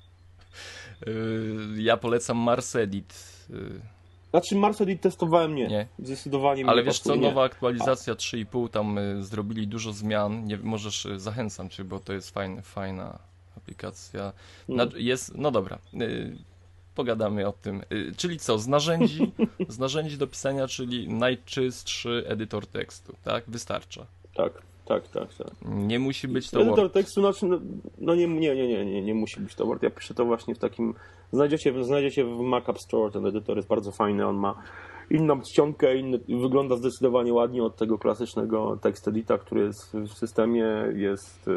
Yy, ja polecam Marsedit. Yy. Znaczy Marsedit testowałem nie. nie. Zdecydowanie Ale nie wiesz co, nie. nowa aktualizacja trzy i pół, tam y, zrobili dużo zmian. Nie, możesz, y, zachęcam cię, bo to jest fajna, fajna aplikacja. Na, jest, no dobra, y, pogadamy o tym. Y, czyli co, z narzędzi, z narzędzi do pisania, czyli najczystszy edytor tekstu, tak? Wystarcza. Tak, tak, tak, tak. Nie musi być to edytor Word. tekstu, znaczy, no, no nie, nie, nie, nie, nie, nie musi być to Word. Ja piszę to właśnie w takim, znajdziecie, znajdziecie w Mac App Store, ten edytor jest bardzo fajny, on ma inną czcionkę, inny, wygląda zdecydowanie ładniej od tego klasycznego TextEdita, który jest w systemie, jest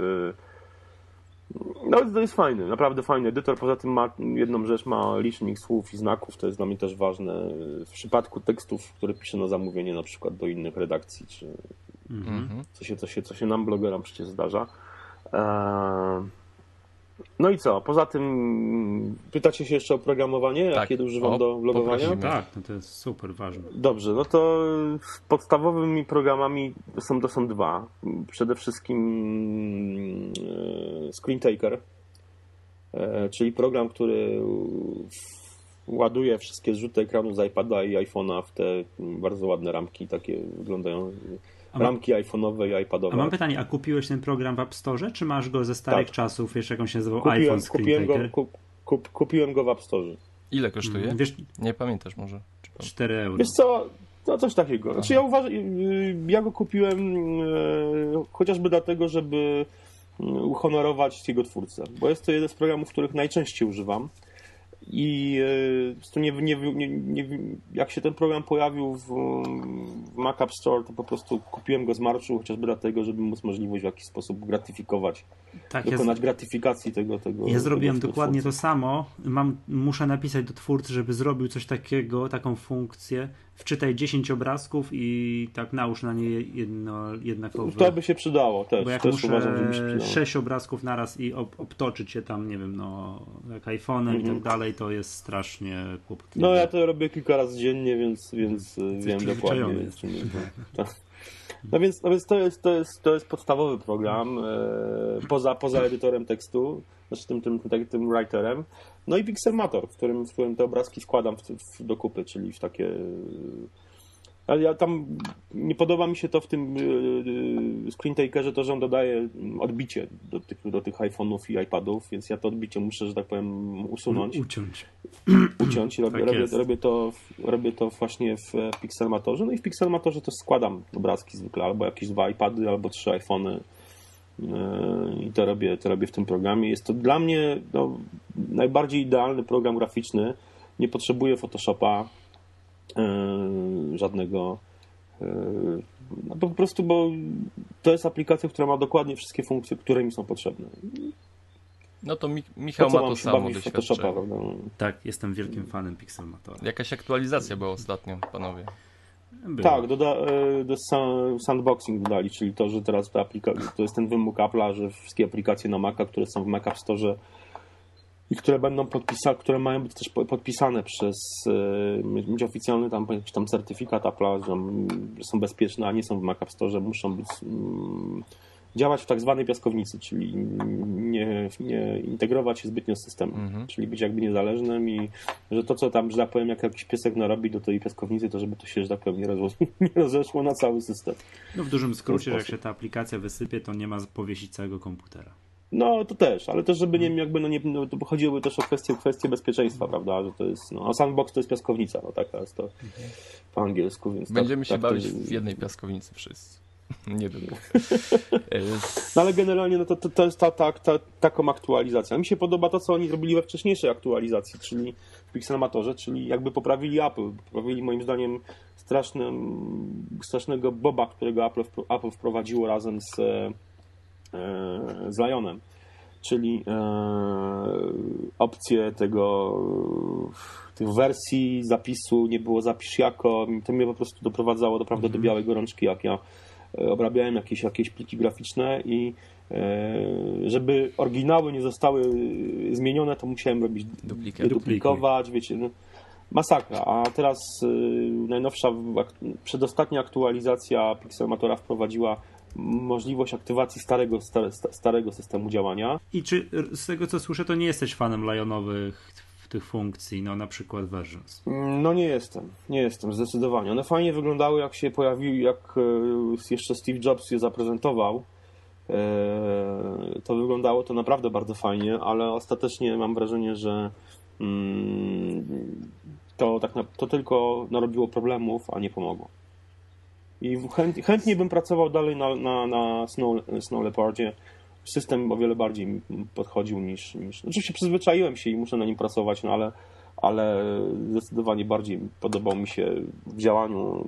no to jest fajny, naprawdę fajny edytor, poza tym ma jedną rzecz, ma licznik słów i znaków, to jest dla mnie też ważne w przypadku tekstów, które piszę na zamówienie na przykład do innych redakcji, czy mm-hmm. co, się, co, się, co się nam blogerom przecież zdarza. Eee... No i co? Poza tym pytacie się jeszcze o programowanie, tak, jakie używam o, do blogowania? Poprosimy. Tak, no to jest super ważne. Dobrze, no to podstawowymi programami są, to są dwa. Przede wszystkim Screen-Taker, czyli program, który ładuje wszystkie zrzuty ekranu z iPada i iPhone'a w te bardzo ładne ramki, takie wyglądają... Ramki ma... iPhone'owe i iPadowe. A mam pytanie, a kupiłeś ten program w App Store, czy masz go ze starych tak. czasów, wiesz jak on się nazywał? Kupiłem, iPhone kupiłem go, kup, kup, kupiłem go w App Store. Ile kosztuje? Hmm, wiesz... Nie pamiętasz może? cztery euro. Wiesz co, no coś takiego. Znaczy ja uważam, ja go kupiłem e, chociażby dlatego, żeby uhonorować jego twórcę, bo jest to jeden z programów, których najczęściej używam. I e, nie, nie, nie, nie, jak się ten program pojawił w, w Mac App Store, to po prostu kupiłem go z marszu, chociażby dlatego, żeby móc możliwość w jakiś sposób gratyfikować, tak, dokonać ja, gratyfikacji tego. tego ja zrobiłem tego, dokładnie twórcy. to samo. Mam, muszę napisać do twórcy, żeby zrobił coś takiego, taką funkcję. Wczytaj dziesięć obrazków i tak nałóż na nie jedno, jednakowe. To by się przydało też. Bo jak też muszę uważam, żeby się przydało. sześć obrazków naraz i ob, obtoczyć je tam, nie wiem, no jak iPhone'em mm-hmm. i tak dalej, to jest strasznie kłopotliwe. No ja to robię kilka razy dziennie, więc, więc wiem dokładnie. Tak. No więc, no więc to, jest, to, jest, to jest podstawowy program e, poza, poza edytorem tekstu, znaczy tym, tym, tym, tym writerem. No i Pixelmator, w którym, w którym te obrazki składam w, w, do kupy, czyli w takie Ale ja tam nie podoba mi się to w tym yy, screentakerze, to, że on dodaje odbicie do tych, do tych iPhone'ów i iPadów, więc ja to odbicie muszę, że tak powiem, usunąć. Uciąć. Uciąć. Robię, Tak robię, jest. robię, to, robię to właśnie w Pixelmatorze. No i w Pixelmatorze też składam obrazki zwykle, albo jakieś dwa iPady, albo trzy iPhony. I to robię, to robię w tym programie. Jest to dla mnie no, najbardziej idealny program graficzny. Nie potrzebuję Photoshopa yy, żadnego. Yy, no, po prostu, bo to jest aplikacja, która ma dokładnie wszystkie funkcje, które mi są potrzebne. No to Mi- Michał Po co ma mam to się samo bawić w Photoshopa, doświadczenie. prawda? Tak, jestem wielkim fanem Pixelmatora. Jakaś aktualizacja była ostatnio, panowie. Było. Tak, doda, e, do sun- sandboxing dodali, czyli to, że teraz ta aplikacja, to jest ten wymóg Apple'a, że wszystkie aplikacje na Maca, które są w Mac App Store i które będą podpisane, które mają być też po- podpisane przez e, mieć oficjalny tam, jakiś tam certyfikat Apple'a, że, że są bezpieczne, a nie są w Mac App Store, muszą być, mm, działać w tak zwanej piaskownicy, czyli nie, nie integrować się zbytnio z systemem, Mhm. czyli być jakby niezależnym i że to, co tam, że tak powiem, jak jakiś piesek narobi do tej piaskownicy, to żeby to się, że tak powiem, nie rozeszło, nie rozeszło na cały system. No w dużym skrócie, że jak sposób. się ta aplikacja wysypie, to nie ma powiesić całego komputera. No to też, ale też, żeby nie jakby, no nie, no, to chodziłoby też o kwestię, kwestię bezpieczeństwa, prawda, że to jest, no a sandbox to jest piaskownica, no taka jest to po angielsku, więc Będziemy tak, się tak bawić to, w jednej piaskownicy wszyscy. Nie wiem. E, No ale generalnie no to, to, to jest ta, ta, ta, taką aktualizacją. Mi się podoba to, co oni zrobili we wcześniejszej aktualizacji, czyli w Pixelmatorze, czyli jakby poprawili Apple. Poprawili moim zdaniem strasznym, strasznego boba, którego Apple, wpro- Apple wprowadziło razem z, e, z Lionem. Czyli e, opcję tego, tych wersji zapisu, nie było zapisz jako, to mnie po prostu doprowadzało naprawdę do białej gorączki, jak ja obrabiałem jakieś, jakieś pliki graficzne i e, żeby oryginały nie zostały zmienione, to musiałem robić Duplikat. duplikować, wiecie, no, masakra. A teraz e, najnowsza, ak- przedostatnia aktualizacja Pixelmatora wprowadziła możliwość aktywacji starego, stare, sta- starego systemu działania. I czy z tego co słyszę, to nie jesteś fanem Lionowych tych funkcji, no na przykład versions? No nie jestem, nie jestem, zdecydowanie. One fajnie wyglądały, jak się pojawiły, jak e, jeszcze Steve Jobs je zaprezentował. E, To wyglądało to naprawdę bardzo fajnie, ale ostatecznie mam wrażenie, że mm, to, tak na, to tylko narobiło problemów, a nie pomogło. I chęt, chętnie bym pracował dalej na, na, na Snow, Snow Leopardzie. System o wiele bardziej mi podchodził niż, niż... Oczywiście przyzwyczaiłem się i muszę na nim pracować, no ale, ale zdecydowanie bardziej podobał mi się w działaniu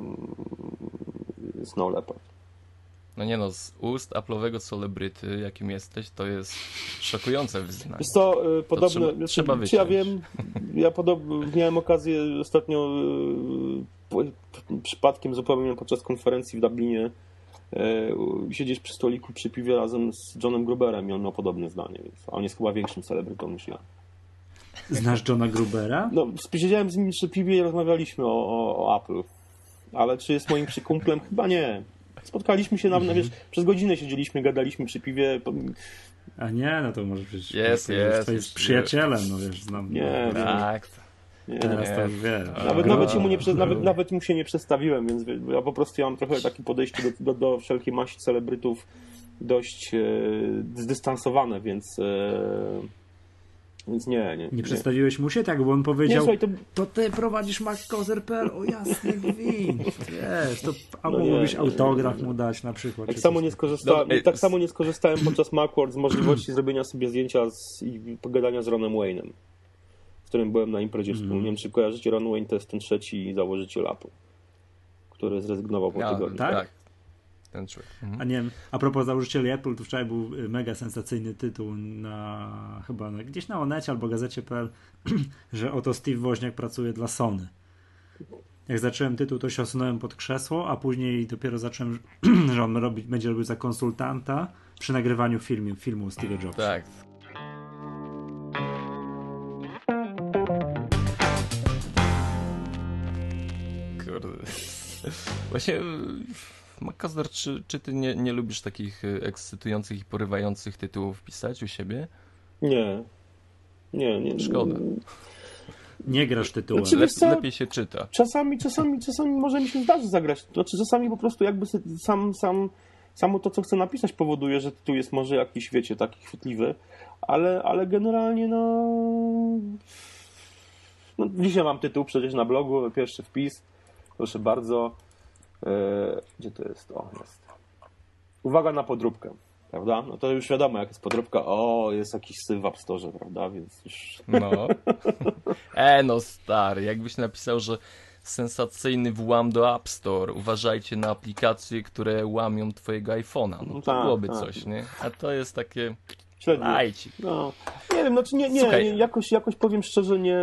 mm, Snow Leopard. No nie no, z ust Apple'owego celebryty, jakim jesteś, to jest szokujące wyznanie. Wiesz co, y, podobne... trzeba- wiesz, trzeba czy ja wyciąć. wiem, ja podobno miałem okazję ostatnio y, po- przypadkiem zupełnie podczas konferencji w Dublinie y, siedzieć przy stoliku przy piwie razem z Johnem Gruberem i on miał podobne zdanie, więc a on jest chyba większym celebrytą niż ja. Znasz Johna Grubera? No, siedziałem z nim przy piwie i rozmawialiśmy o, o, o Apple, ale czy jest moim przykumplem? Chyba nie. Spotkaliśmy się, na, na, wiesz, przez godzinę siedzieliśmy, gadaliśmy przy piwie. A nie, no to może być Jest, to jest, to jest, jest przyjacielem, no wiesz, znam. Nie, Tak. Nie, Teraz nie. to już wiesz. Nawet, A, nawet, się mu nie, prze- a. nawet, nawet mu się nie przedstawiłem, więc wie- ja po prostu ja mam trochę takie podejście do, do, do wszelkiej maści celebrytów dość e, zdystansowane, więc, e, więc nie, nie. Nie przedstawiłeś mu się tak, bo on powiedział, Nie, słuchaj, to, to ty prowadzisz MacCozer kropka p l, o jasny gwint, wiesz, to, a No nie, mógłbyś nie, autograf nie, nie. mu dać na przykład. tak czy samo coś nie takiego. skorzystałem, No, ej, tak s- samo nie skorzystałem podczas Macworld z możliwości zrobienia sobie zdjęcia z, i pogadania z Ronem Wayne'em, w którym byłem na imprezie Mhm. wspólnie. Nie wiem, czy kojarzycie, Ron Wayne to jest ten trzeci założyciel Apple, który zrezygnował po Ja, tygodniu. tak? tak. Ten człowiek. Mhm. A nie wiem, a propos założycieli Apple, to wczoraj był y, mega sensacyjny tytuł na chyba na, gdzieś na Onecie albo gazecie kropka p l, że oto Steve Woźniak pracuje dla Sony. Jak zacząłem tytuł, to się osunąłem pod krzesło, a później dopiero zacząłem, że on robi, będzie robił za konsultanta przy nagrywaniu filmu, filmu Steve Jobsa. Tak. Kurde. Właśnie MacCozer, czy, czy ty nie, nie lubisz takich y, ekscytujących i porywających tytułów pisać u siebie? Nie. Nie, nie. Szkoda. Nie grasz tytułem. Znaczy, wiesz co? Lepiej się czyta. Czasami, czasami, czasami może mi się zdarzy zagrać. Znaczy czasami po prostu jakby sam, sam, samo to, co chcę napisać powoduje, że tytuł jest może jakiś, wiecie, taki chwytliwy, ale, ale generalnie no... no... Dzisiaj mam tytuł przecież na blogu, pierwszy wpis. Proszę bardzo. Eee, gdzie to jest? O, jest. Uwaga na podróbkę. Prawda? No to już wiadomo, jak jest podróbka, o, jest jakiś syf w App Store, prawda? Więc już... No. E, no stary, jakbyś napisał, że sensacyjny włam do App Store, uważajcie na aplikacje, które łamią twojego iPhone'a. No to Tak, byłoby tak. coś, nie? A to jest takie... Średnio. Lajcik. No, nie wiem, znaczy nie, nie, Słuchaj. nie jakoś, jakoś powiem szczerze, nie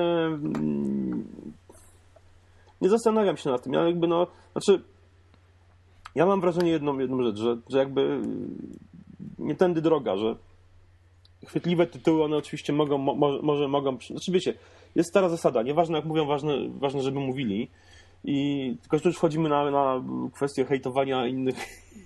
nie zastanawiam się nad tym. Ja jakby no, znaczy ja mam wrażenie jedną, jedną rzecz, że, że jakby nie tędy droga, że chwytliwe tytuły, one oczywiście mogą, mo, może mogą, znaczy wiecie, jest stara zasada, nieważne jak mówią, ważne, ważne żeby mówili i tylko że już wchodzimy na, na kwestię hejtowania innych.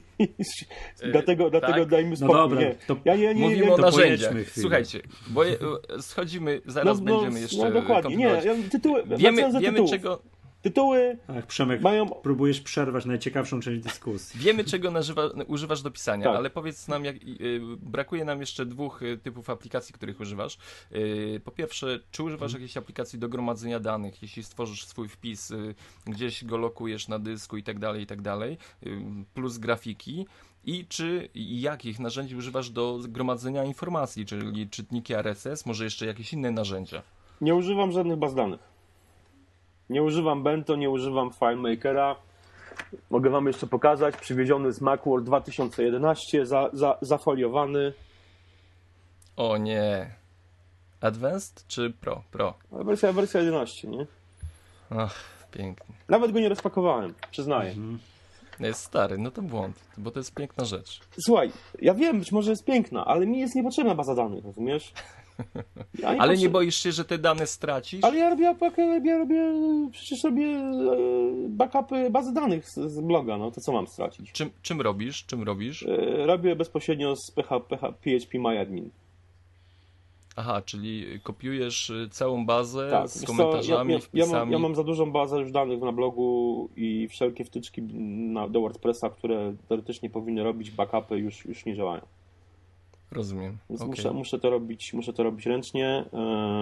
dlatego dlatego tak? dajmy No spokój. dobra, nie. to Ja nie, nie, Mówimy nie, o to narzędziach. pojedźmy chwilę. Słuchajcie, bo je, schodzimy, zaraz będziemy jeszcze No dokładnie, nie, kontynuować. ja, tytuły, Wiemy, wracając do wiemy tytułów. czego... Tytuły Tak, Przemek, mają... próbujesz przerwać najciekawszą część dyskusji. Wiemy, czego nażywa, używasz do pisania, Tak. ale powiedz nam, jak, y, brakuje nam jeszcze dwóch y, typów aplikacji, których używasz. Y, po pierwsze, czy używasz jakiejś aplikacji do gromadzenia danych, jeśli stworzysz swój wpis, y, gdzieś go lokujesz na dysku i tak dalej, i tak dalej, y, plus grafiki. I czy i jakich narzędzi używasz do gromadzenia informacji, czyli czytniki R S S, może jeszcze jakieś inne narzędzia? Nie używam żadnych baz danych. Nie używam Bento, nie używam FileMakera. Mogę wam jeszcze pokazać. Przywieziony z Macworld dwa tysiące jedenaście, za, za, zafoliowany. O nie. Advanced czy Pro? Pro. Ale wersja, wersja jedenaście, nie? Ach, pięknie. Nawet go nie rozpakowałem, przyznaję. Mhm. Jest stary, no to błąd, bo to jest piękna rzecz. Słuchaj, ja wiem, być może jest piękna, ale mi jest niepotrzebna baza danych, rozumiesz? Ja Ale nie potrze- boisz się, że te dane stracisz? Ale ja robię, ja robię, przecież robię e, backupy bazy danych z, z bloga, no to co mam stracić? Czym, czym robisz? Czym robisz? E, Robię bezpośrednio z P H P, P H P MyAdmin. Aha, czyli kopiujesz y, całą bazę Tak, z wiesz co, komentarzami, ja, ja, ja, mam, wpisami. ja mam za dużą bazę już danych na blogu i wszelkie wtyczki na, do WordPressa, które teoretycznie powinny robić backupy, już, już nie działają. Rozumiem. Więc Okej. muszę, muszę, to robić, muszę to robić ręcznie. Eee,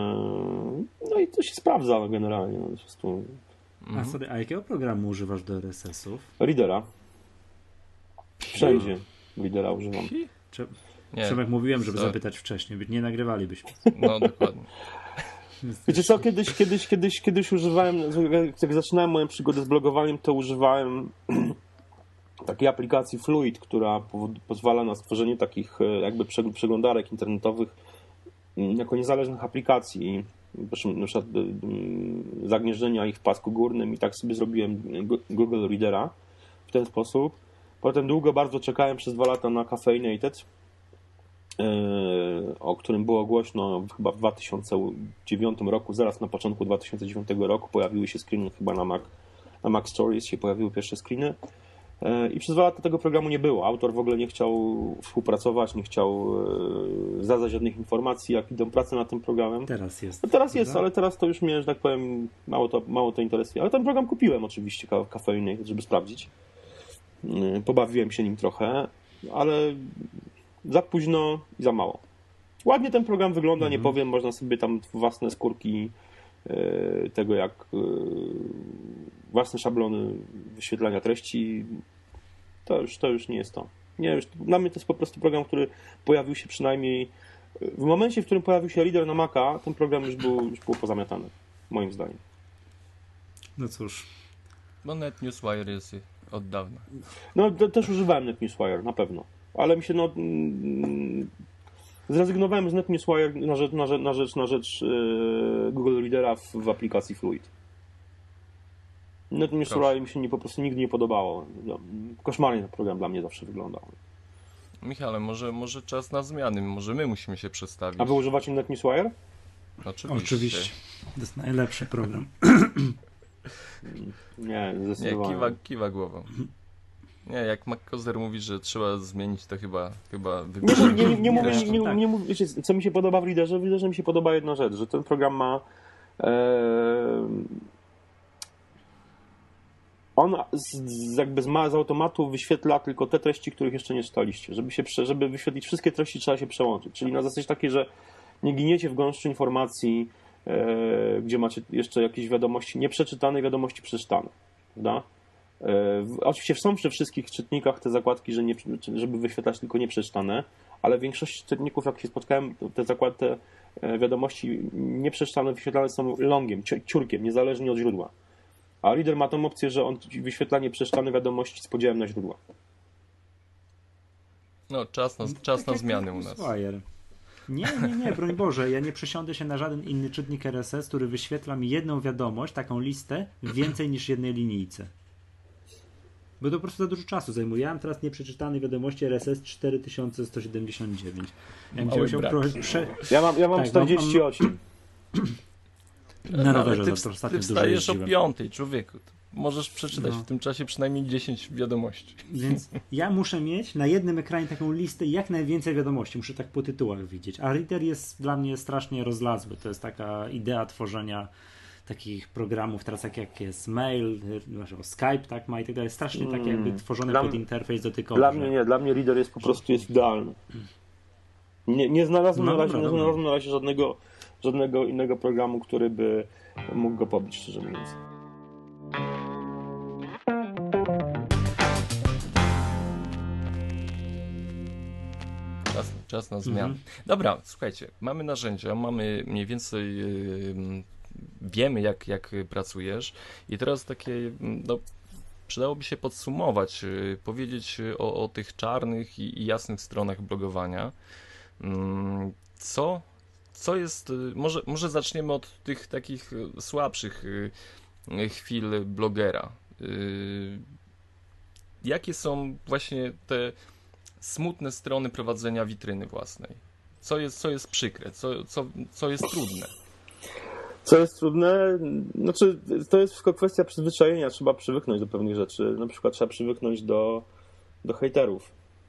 No i to się sprawdza generalnie. No, po prostu A Mhm. sobie, a jakiego programu używasz do R S S ów? Readera. Wszędzie Readera używam. Hi? Czy, Nie, Przemek, mówiłem, żeby sorry. zapytać wcześniej, nie nagrywalibyśmy. No dokładnie. Wiecie co, kiedyś, kiedyś, kiedyś, kiedyś używałem, jak zaczynałem moją przygodę z blogowaniem, to używałem takiej aplikacji Fluid, która powod- pozwala na stworzenie takich e, jakby przeg- przeglądarek internetowych mm, jako niezależnych aplikacji. Proszę, na przykład e, mm, zagnieżdżenia ich w pasku górnym i tak sobie zrobiłem Gu- Google Readera w ten sposób. Potem długo bardzo czekałem przez dwa lata na Caffeinated, e, o którym było głośno chyba w dwa tysiące dziewiątym roku, zaraz na początku dwa tysiące dziewiątego roku pojawiły się screeny chyba na Mac, na Mac Stories się pojawiły pierwsze screeny. I przez dwa lata tego programu nie było. Autor w ogóle nie chciał współpracować, nie chciał e, zdradzać żadnych informacji, jak idą prace nad tym programem. Teraz jest. No teraz jest, prawda? ale teraz to już mnie, że tak powiem, mało to, mało to interesuje. Ale ten program kupiłem oczywiście, ka- kafeiny, żeby sprawdzić. Yy, Pobawiłem się nim trochę, ale za późno i za mało. Ładnie ten program wygląda, nie Mhm. powiem, można sobie tam własne skórki yy, tego, jak yy, własne szablony wyświetlania treści. To już, to już nie jest to. Nie, już, dla mnie to jest po prostu program, który pojawił się przynajmniej w momencie, w którym pojawił się Reader na Maca, ten program już był, już był pozamiatany, moim zdaniem. No cóż, Bo NetNewsWire jest od dawna. No, to, też używałem NetNewsWire, na pewno. Ale mi się, no... Mm, zrezygnowałem z NetNewsWire na rzecz, na rzecz, na rzecz, na rzecz yy, Google Readera w, w aplikacji Fluid. NetNewsWire mi się nie, po prostu nigdy nie podobało. No, koszmarnie ten program dla mnie zawsze wyglądał. Michale, może, może czas na zmiany, może my musimy się przestawić. A wy używacie NetNewsWire? Oczywiście. oczywiście. To jest najlepszy program. Nie, Nie, zdecydowanie. kiwa, kiwa głową. Nie, jak McCozer mówi, że trzeba zmienić, to chyba, chyba Nie, wybierze. nie, nie, nie, mówię, Zresztą nie, tak. nie mówię, wiecie, co mi się podoba w Readerze? W Readerze mi się podoba jedna rzecz, że ten program ma On z, jakby z, z automatu wyświetla tylko te treści, których jeszcze nie czytaliście. Żeby, się, żeby wyświetlić wszystkie treści, trzeba się przełączyć. Czyli na zasadzie takiej, że nie giniecie w gąszczu informacji, e, gdzie macie jeszcze jakieś wiadomości nieprzeczytane, wiadomości przeczytane. Prawda? E, oczywiście są przy wszystkich czytnikach te zakładki, że nie, żeby wyświetlać tylko nieprzeczytane, ale w większości czytników, jak się spotkałem, te zakłady, te wiadomości nieprzeczytane wyświetlane są longiem, ciurkiem, niezależnie od źródła. A Reader ma tą opcję, że on wyświetla nieprzeczytane wiadomości z podziałem na źródła. No, czas na, czas tak na jak zmiany ten u nas. Swire. Nie, nie, nie, broń Boże, ja nie przesiądę się na żaden inny czytnik R S S, który wyświetla mi jedną wiadomość, taką listę, więcej niż jednej linijce. Bo to po prostu za dużo czasu zajmuje. Ja mam teraz nieprzeczytane wiadomości R S S cztery tysiące sto siedemdziesiąt dziewięć. Ja, Mały się brak. prze... ja mam, ja mam tak, czterdzieści osiem. Na No, rowerze ale ty, za to ostatnio ty dużo wstajesz o jeździłem. piątej, człowieku. Możesz przeczytać No. w tym czasie przynajmniej dziesięć wiadomości. Więc ja muszę mieć na jednym ekranie taką listę jak najwięcej wiadomości. Muszę tak po tytułach widzieć. A Reader jest dla mnie strasznie rozlazły. To jest taka idea tworzenia takich programów, teraz jak, jak jest mail, Skype, tak ma i tak dalej. Strasznie takie jakby tworzone Dla pod m- interfejs dotykowy. Dla że- mnie nie, dla mnie Reader jest po prostu jest idealny. Nie, nie znalazłem No na razie, dobra, nie dobra. znalazłem na razie żadnego, żadnego innego programu, który by mógł go pobić, szczerze mówiąc. Czas, czas na zmianę. Mhm. Dobra, słuchajcie, mamy narzędzia, mamy mniej więcej yy, wiemy jak, jak pracujesz i teraz takie, yy, no, przydałoby się podsumować, yy, powiedzieć o, o tych czarnych i, i jasnych stronach blogowania. Yy, co, co jest, yy, może, może zaczniemy od tych takich yy, słabszych yy, chwil blogera. Yy, jakie są właśnie te smutne strony prowadzenia witryny własnej? Co jest, co jest przykre? Co, co, co jest trudne? Co jest trudne? Znaczy, to jest wszystko kwestia przyzwyczajenia. Trzeba przywyknąć do pewnych rzeczy. Na przykład trzeba przywyknąć do, do hejterów.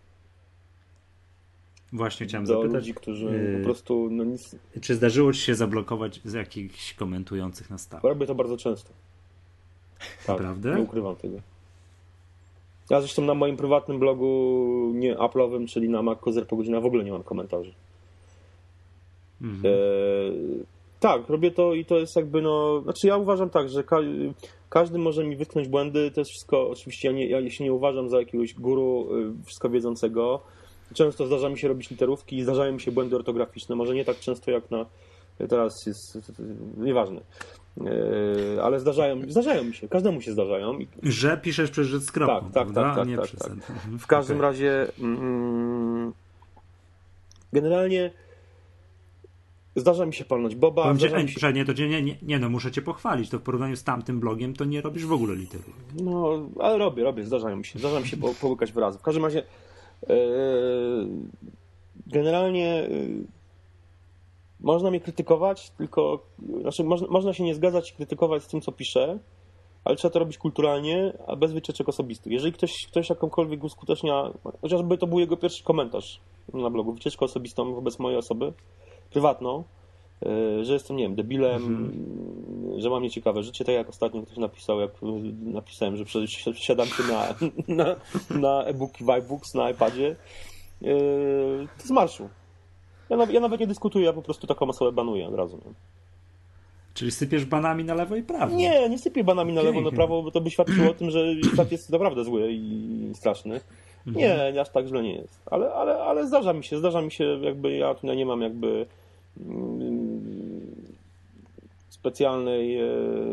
Właśnie chciałem Do zapytać, ludzi, którzy yy, po prostu no nic... czy zdarzyło ci się zablokować z jakichś komentujących na stałe? Robię to bardzo często. Tak, Naprawdę? nie ukrywam tego. Ja zresztą na moim prywatnym blogu nie Apple'owym, czyli na MacCozer po godzinach w ogóle nie mam komentarzy. Mhm. E, tak, robię to i to jest jakby no... Znaczy ja uważam tak, że ka- każdy może mi wytknąć błędy, to jest wszystko, oczywiście ja, nie, ja się nie uważam za jakiegoś guru y, wszystko wiedzącego. Często zdarza mi się robić literówki i zdarzają mi się błędy ortograficzne, może nie tak często jak na... Teraz jest... nieważne. E, ale zdarzają, zdarzają mi się, każdemu się zdarzają. I Że piszesz przez rzecz z kropką, Tak, tak, prawda? tak, tak, A nie tak, przez tak. ten. Mhm. w każdym Okej. razie mm, generalnie zdarza mi się palnąć boba, Powiem ci, zdarza ej, mi się... prze- nie, to cię nie, nie, nie, no muszę cię pochwalić, to w porównaniu z tamtym blogiem to nie robisz w ogóle literów. No, ale robię, robię, zdarzają mi się, zdarza mi się po, połykać wyrazy. W każdym razie e, generalnie e, można mnie krytykować, tylko znaczy można, można się nie zgadzać i krytykować z tym, co piszę, ale trzeba to robić kulturalnie, a bez wycieczek osobistych. Jeżeli ktoś, ktoś jakąkolwiek uskutecznia, chociażby to był jego pierwszy komentarz na blogu, wycieczkę osobistą wobec mojej osoby, prywatną, yy, że jestem, nie wiem, debilem, Mhm. że mam nieciekawe życie, tak jak ostatnio ktoś napisał, jak napisałem, że przesiadam się na, na, na e-booki, w iBooks, na iPadzie, yy, to z marszu. Ja nawet, ja nawet nie dyskutuję, ja po prostu taką osobę banuję od razu. Nie? Czyli sypiesz banami na lewo i prawo. Nie, nie sypię banami na lewo, na Pięknie. prawo, bo to by świadczyło o tym, że świat jest naprawdę zły i straszny. Nie, aż tak źle nie jest. Ale, ale, ale zdarza mi się, zdarza mi się, jakby ja tutaj nie mam jakby mm, specjalnej e,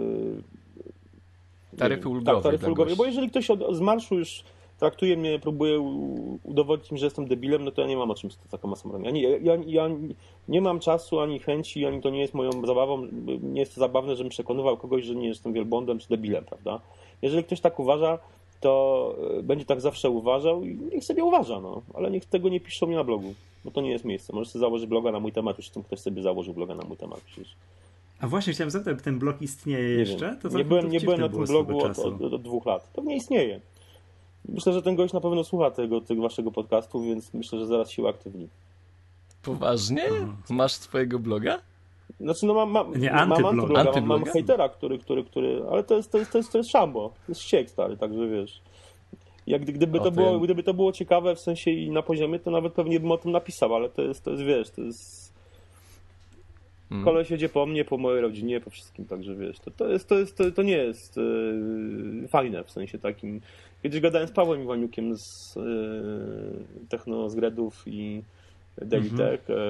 Taryfy nie wiem, ulgowej Tak, taryfy dla ulgowej, gości. bo jeżeli ktoś od, z marszu już traktuje mnie, próbuje u- udowodnić mi, że jestem debilem, no to ja nie mam o czym z taką osobą. Ja nie, ja, ja nie mam czasu, ani chęci, ani to nie jest moją zabawą, nie jest to zabawne, żebym przekonywał kogoś, że nie jestem wielbłądem czy debilem, prawda? Jeżeli ktoś tak uważa, to e, będzie tak zawsze uważał i niech sobie uważa, no. Ale niech tego nie piszą mi na blogu, bo to nie jest miejsce. Może sobie założyć bloga na mój temat, już tym ktoś sobie założył bloga na mój temat przecież. A właśnie chciałem zapytać, ten blog istnieje Nie jeszcze? wiem. To nie całkiem byłem, to nie byłem na dziwne tym było blogu swego od, czasu. od, od dwóch lat. To nie istnieje. Myślę, że ten gość na pewno słucha tego, tego waszego podcastu, więc myślę, że zaraz się uaktywni. Poważnie? Mhm. Masz swojego bloga? Znaczy, no mam, mam, Nie, mam antybloga. antybloga, mam, mam Antybloga? hejtera, który, który, który, ale to jest, to jest, to jest, to jest szambo, to jest ściek stary, także wiesz. Jak gdy- gdyby O to, tym. było, gdyby to było ciekawe w sensie i na poziomie, to nawet pewnie bym o tym napisał, ale to jest, to jest wiesz, to jest... Mm. Koleś jedzie po mnie, po mojej rodzinie, po wszystkim, także wiesz, to, to, jest, to, jest, to, to nie jest yy, fajne w sensie takim. Kiedyś gadałem z Pawłem Iwaniukiem z yy, Techno z Gredów i Daily Mhm. Tech yy,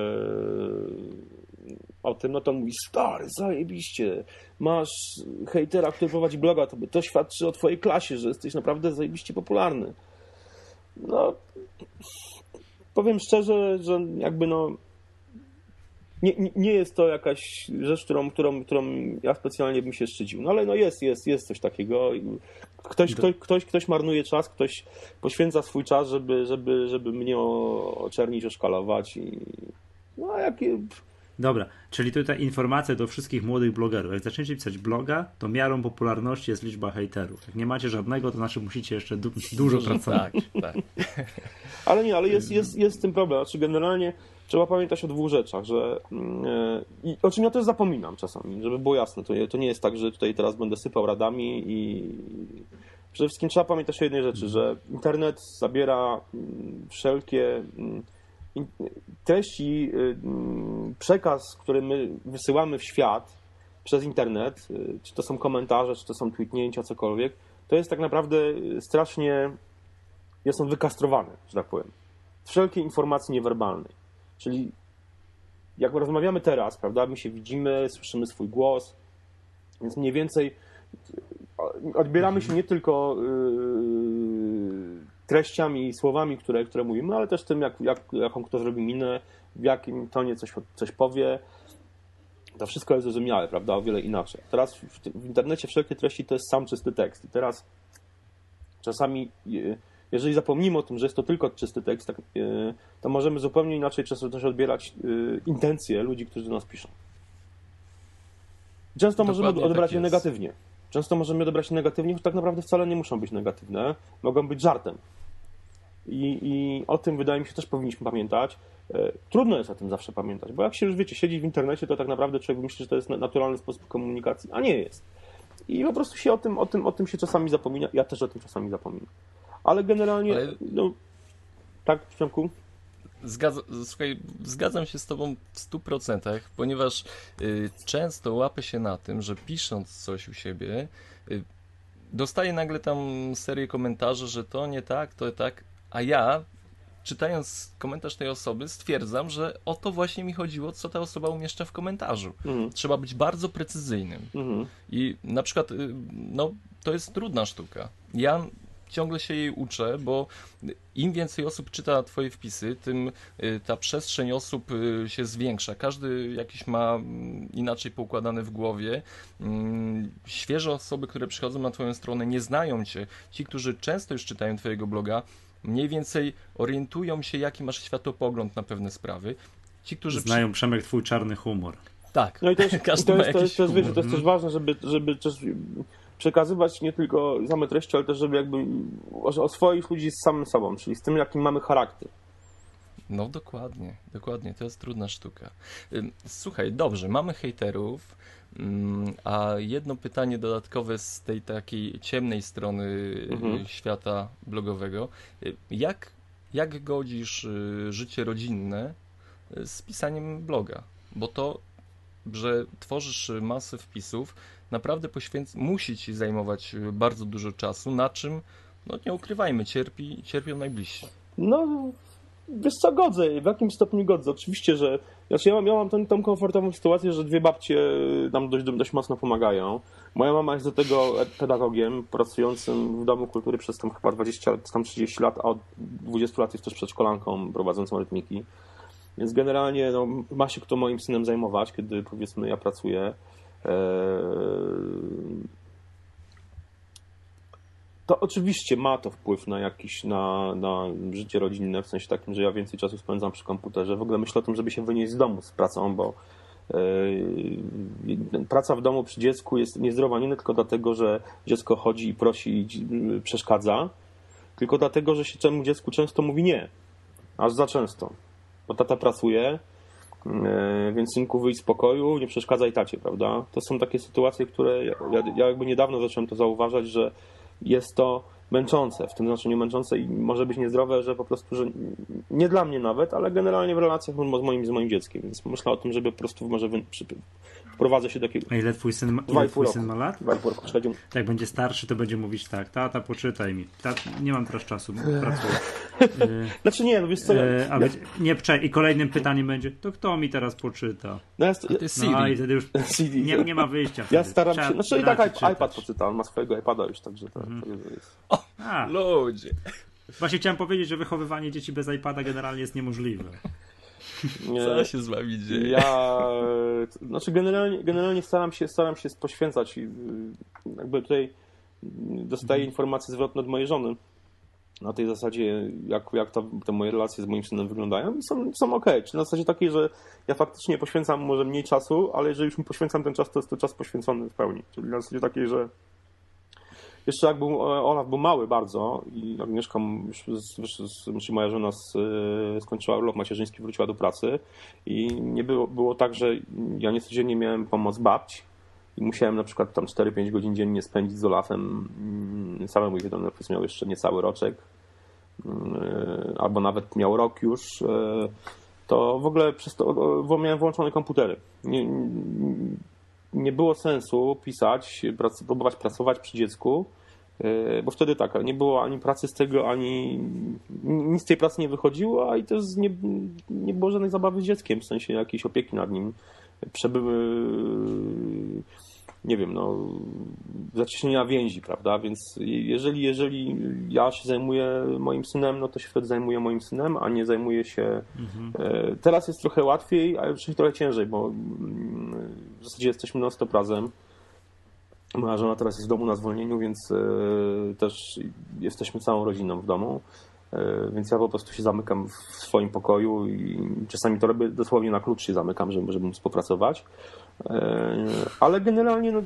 o tym, no to on mówi, stary, zajebiście, masz hejtera, który prowadzi bloga, to, to świadczy o twojej klasie, że jesteś naprawdę zajebiście popularny. No, powiem szczerze, że jakby no nie, nie- nie jest to jakaś rzecz, którą, którą, którą ja specjalnie bym się szczycił. No ale no jest, jest, jest coś takiego. Ktoś, ktoś, ktoś, ktoś marnuje czas, ktoś poświęca swój czas, żeby, żeby, żeby mnie o- oczernić, oszkalować. I... No a jakie... Dobra, czyli tutaj informacja do wszystkich młodych blogerów. Jak zaczniecie pisać bloga, to miarą popularności jest liczba hejterów. Jak nie macie żadnego, to znaczy musicie jeszcze du- dużo pracować. Tak, tak. Ale nie, ale jest, jest, jest z tym problem. Znaczy generalnie trzeba pamiętać o dwóch rzeczach, że yy, i o czym ja też zapominam czasami, żeby było jasne. To, to nie jest tak, że tutaj teraz będę sypał radami i przede wszystkim trzeba pamiętać o jednej rzeczy, że internet zabiera mm, wszelkie mm, in- treści, y, mm, przekaz, który my wysyłamy w świat przez internet, y, czy to są komentarze, czy to są tweetnięcia, cokolwiek, to jest tak naprawdę strasznie, jest on wykastrowane, że tak powiem. Wszelkiej informacji niewerbalnej. Czyli jak rozmawiamy teraz, prawda, my się widzimy, słyszymy swój głos, więc mniej więcej odbieramy się nie tylko yy, treściami i słowami, które, które mówimy, ale też tym, jak, jak, jaką kto zrobi minę, w jakim tonie coś, coś powie. To wszystko jest zrozumiałe, prawda, o wiele inaczej. Teraz w, w internecie wszelkie treści to jest sam czysty tekst. I teraz czasami, yy, jeżeli zapomnimy o tym, że jest to tylko czysty tekst, tak, yy, to możemy zupełnie inaczej często też odbierać yy, intencje ludzi, którzy do nas piszą. Często możemy Dokładnie odebrać tak je jest. negatywnie. Często możemy odebrać je negatywnie, choć tak naprawdę wcale nie muszą być negatywne. Mogą być żartem. I, I o tym, wydaje mi się, też powinniśmy pamiętać. E, Trudno jest o tym zawsze pamiętać, bo jak się już, wiecie, siedzi w internecie, to tak naprawdę człowiek myśli, że to jest na- naturalny sposób komunikacji, a nie jest. I po prostu się o tym, o tym, o tym się czasami zapomina. Ja też o tym czasami zapominam. Ale generalnie, Ale- no... Tak, Przemku? Zgadza, słuchaj, zgadzam się z tobą w stu procentach, ponieważ y, często łapę się na tym, że pisząc coś u siebie, y, dostaję nagle tam serię komentarzy, że to nie tak, to tak, a ja, czytając komentarz tej osoby, stwierdzam, że o to właśnie mi chodziło, co ta osoba umieszcza w komentarzu. Mhm. Trzeba być bardzo precyzyjnym. Mhm. I na przykład, y, no, to jest trudna sztuka. Ja ciągle się jej uczę, bo im więcej osób czyta twoje wpisy, tym y, ta przestrzeń osób y, się zwiększa. Każdy jakiś ma mm, inaczej poukładane w głowie. Mm, Świeże osoby, które przychodzą na twoją stronę, nie znają cię. Ci, którzy często już czytają twojego bloga, mniej więcej orientują się, jaki masz światopogląd na pewne sprawy. Ci, którzy przy- Znają, Przemek, twój czarny humor. Tak, No i to jest, i każdy to ma jest, to jakiś jest, to jest, wiecie, humor. to jest też ważne, żeby, żeby też przekazywać nie tylko same treści, ale też żeby jakby o, o swoich ludzi z samym sobą, czyli z tym, jaki mamy charakter. No dokładnie, dokładnie, to jest trudna sztuka. Ym, Słuchaj, dobrze, mamy hejterów, ym, a jedno pytanie dodatkowe z tej takiej ciemnej strony y, Mhm. świata blogowego. Y, Jak, jak godzisz y, życie rodzinne y, z pisaniem bloga? Bo to, że tworzysz y, masę wpisów, naprawdę poświęc- musi ci zajmować y, bardzo dużo czasu, na czym, no nie ukrywajmy, cierpi, cierpią najbliżsi. No, wiesz co, godzę, w jakim stopniu godzę. Oczywiście, że znaczy ja mam, ja mam tą, tą komfortową sytuację, że dwie babcie nam dość, dość mocno pomagają. Moja mama jest do tego pedagogiem pracującym w Domu Kultury przez tam chyba dwadzieścia, czy tam trzydzieści lat, a od dwudziestu lat jest też przedszkolanką prowadzącą rytmiki. Więc generalnie no, ma się kto moim synem zajmować, kiedy powiedzmy ja pracuję. Eee, To oczywiście ma to wpływ na jakiś, na, na życie rodzinne, w sensie takim, że ja więcej czasu spędzam przy komputerze. W ogóle myślę o tym, żeby się wynieść z domu z pracą, bo yy, praca w domu przy dziecku jest niezdrowa nie tylko dlatego, że dziecko chodzi i prosi i yy, przeszkadza, tylko dlatego, że się temu dziecku często mówi nie. Aż za często. Bo tata pracuje, Yy, więc synku, wyjdź z pokoju, nie przeszkadzaj tacie, prawda? To są takie sytuacje, które ja, ja jakby niedawno zacząłem to zauważać, że jest to męczące, w tym znaczeniu męczące i może być niezdrowe, że po prostu, że nie dla mnie nawet, ale generalnie w relacjach z moim, z moim dzieckiem, więc myślę o tym, żeby po prostu może wy, przy, wprowadzę się do takiego... A ile twój syn ma, Dwa ile i pół twój roku. syn ma lat? Dwa i pół roku. Przychodził... Jak będzie starszy, to będzie mówić tak, tata, poczytaj mi. Tat, nie mam teraz czasu, pracuję. Yy, Znaczy nie, no wiesz co... Ja, yy, a ja, będzie, nie, czekaj, i kolejnym pytaniem będzie, to kto mi teraz poczyta? no ja, A ty Siri. No i wtedy już C D. nie, nie ma wyjścia. Ja Wtedy. staram Trzeba się... Znaczy i brać tak czytać. iPad poczyta, on ma swojego iPada już, także to, Mhm. to jest... A, Ludzie. właśnie chciałem powiedzieć, że wychowywanie dzieci bez iPada generalnie jest niemożliwe. Nie, Co się z wami dzieje? ja... Znaczy generalnie, generalnie staram się staram się poświęcać i y, jakby tutaj dostaję informacje zwrotne od mojej żony na tej zasadzie, jak, jak to, te moje relacje z moim synem wyglądają i są, są okej. Czy na zasadzie takiej, że ja faktycznie poświęcam może mniej czasu, ale jeżeli już mu poświęcam ten czas, to jest to czas poświęcony w pełni. Czyli na zasadzie takiej, że jeszcze jak był, Olaf był mały bardzo i Agnieszka, już, już, już moja żona z, skończyła urlop macierzyński, wróciła do pracy i nie było, było tak, że ja nie codziennie miałem pomoc babci i musiałem na przykład tam cztery pięć godzin dziennie spędzić z Olafem. Cały mój jeden miał jeszcze niecały roczek, albo nawet miał rok już. To w ogóle przez to bo miałem włączone komputery. Nie, nie było sensu pisać, prac, próbować pracować przy dziecku, bo wtedy tak, nie było ani pracy z tego, ani nic z tej pracy nie wychodziło, a i też nie, nie było żadnej zabawy z dzieckiem, w sensie jakiejś opieki nad nim. Przebyły, nie wiem, no, zacieśnienia więzi, prawda? Więc jeżeli, jeżeli ja się zajmuję moim synem, no to się wtedy zajmuję moim synem, a nie zajmuję się... Mhm. Teraz jest trochę łatwiej, a już trochę ciężej, bo w zasadzie jesteśmy non-stop razem. Moja żona teraz jest w domu na zwolnieniu, więc też jesteśmy całą rodziną w domu. Więc ja po prostu się zamykam w swoim pokoju i czasami to robię dosłownie na klucz się zamykam, żeby, żeby móc popracować. Ale generalnie no,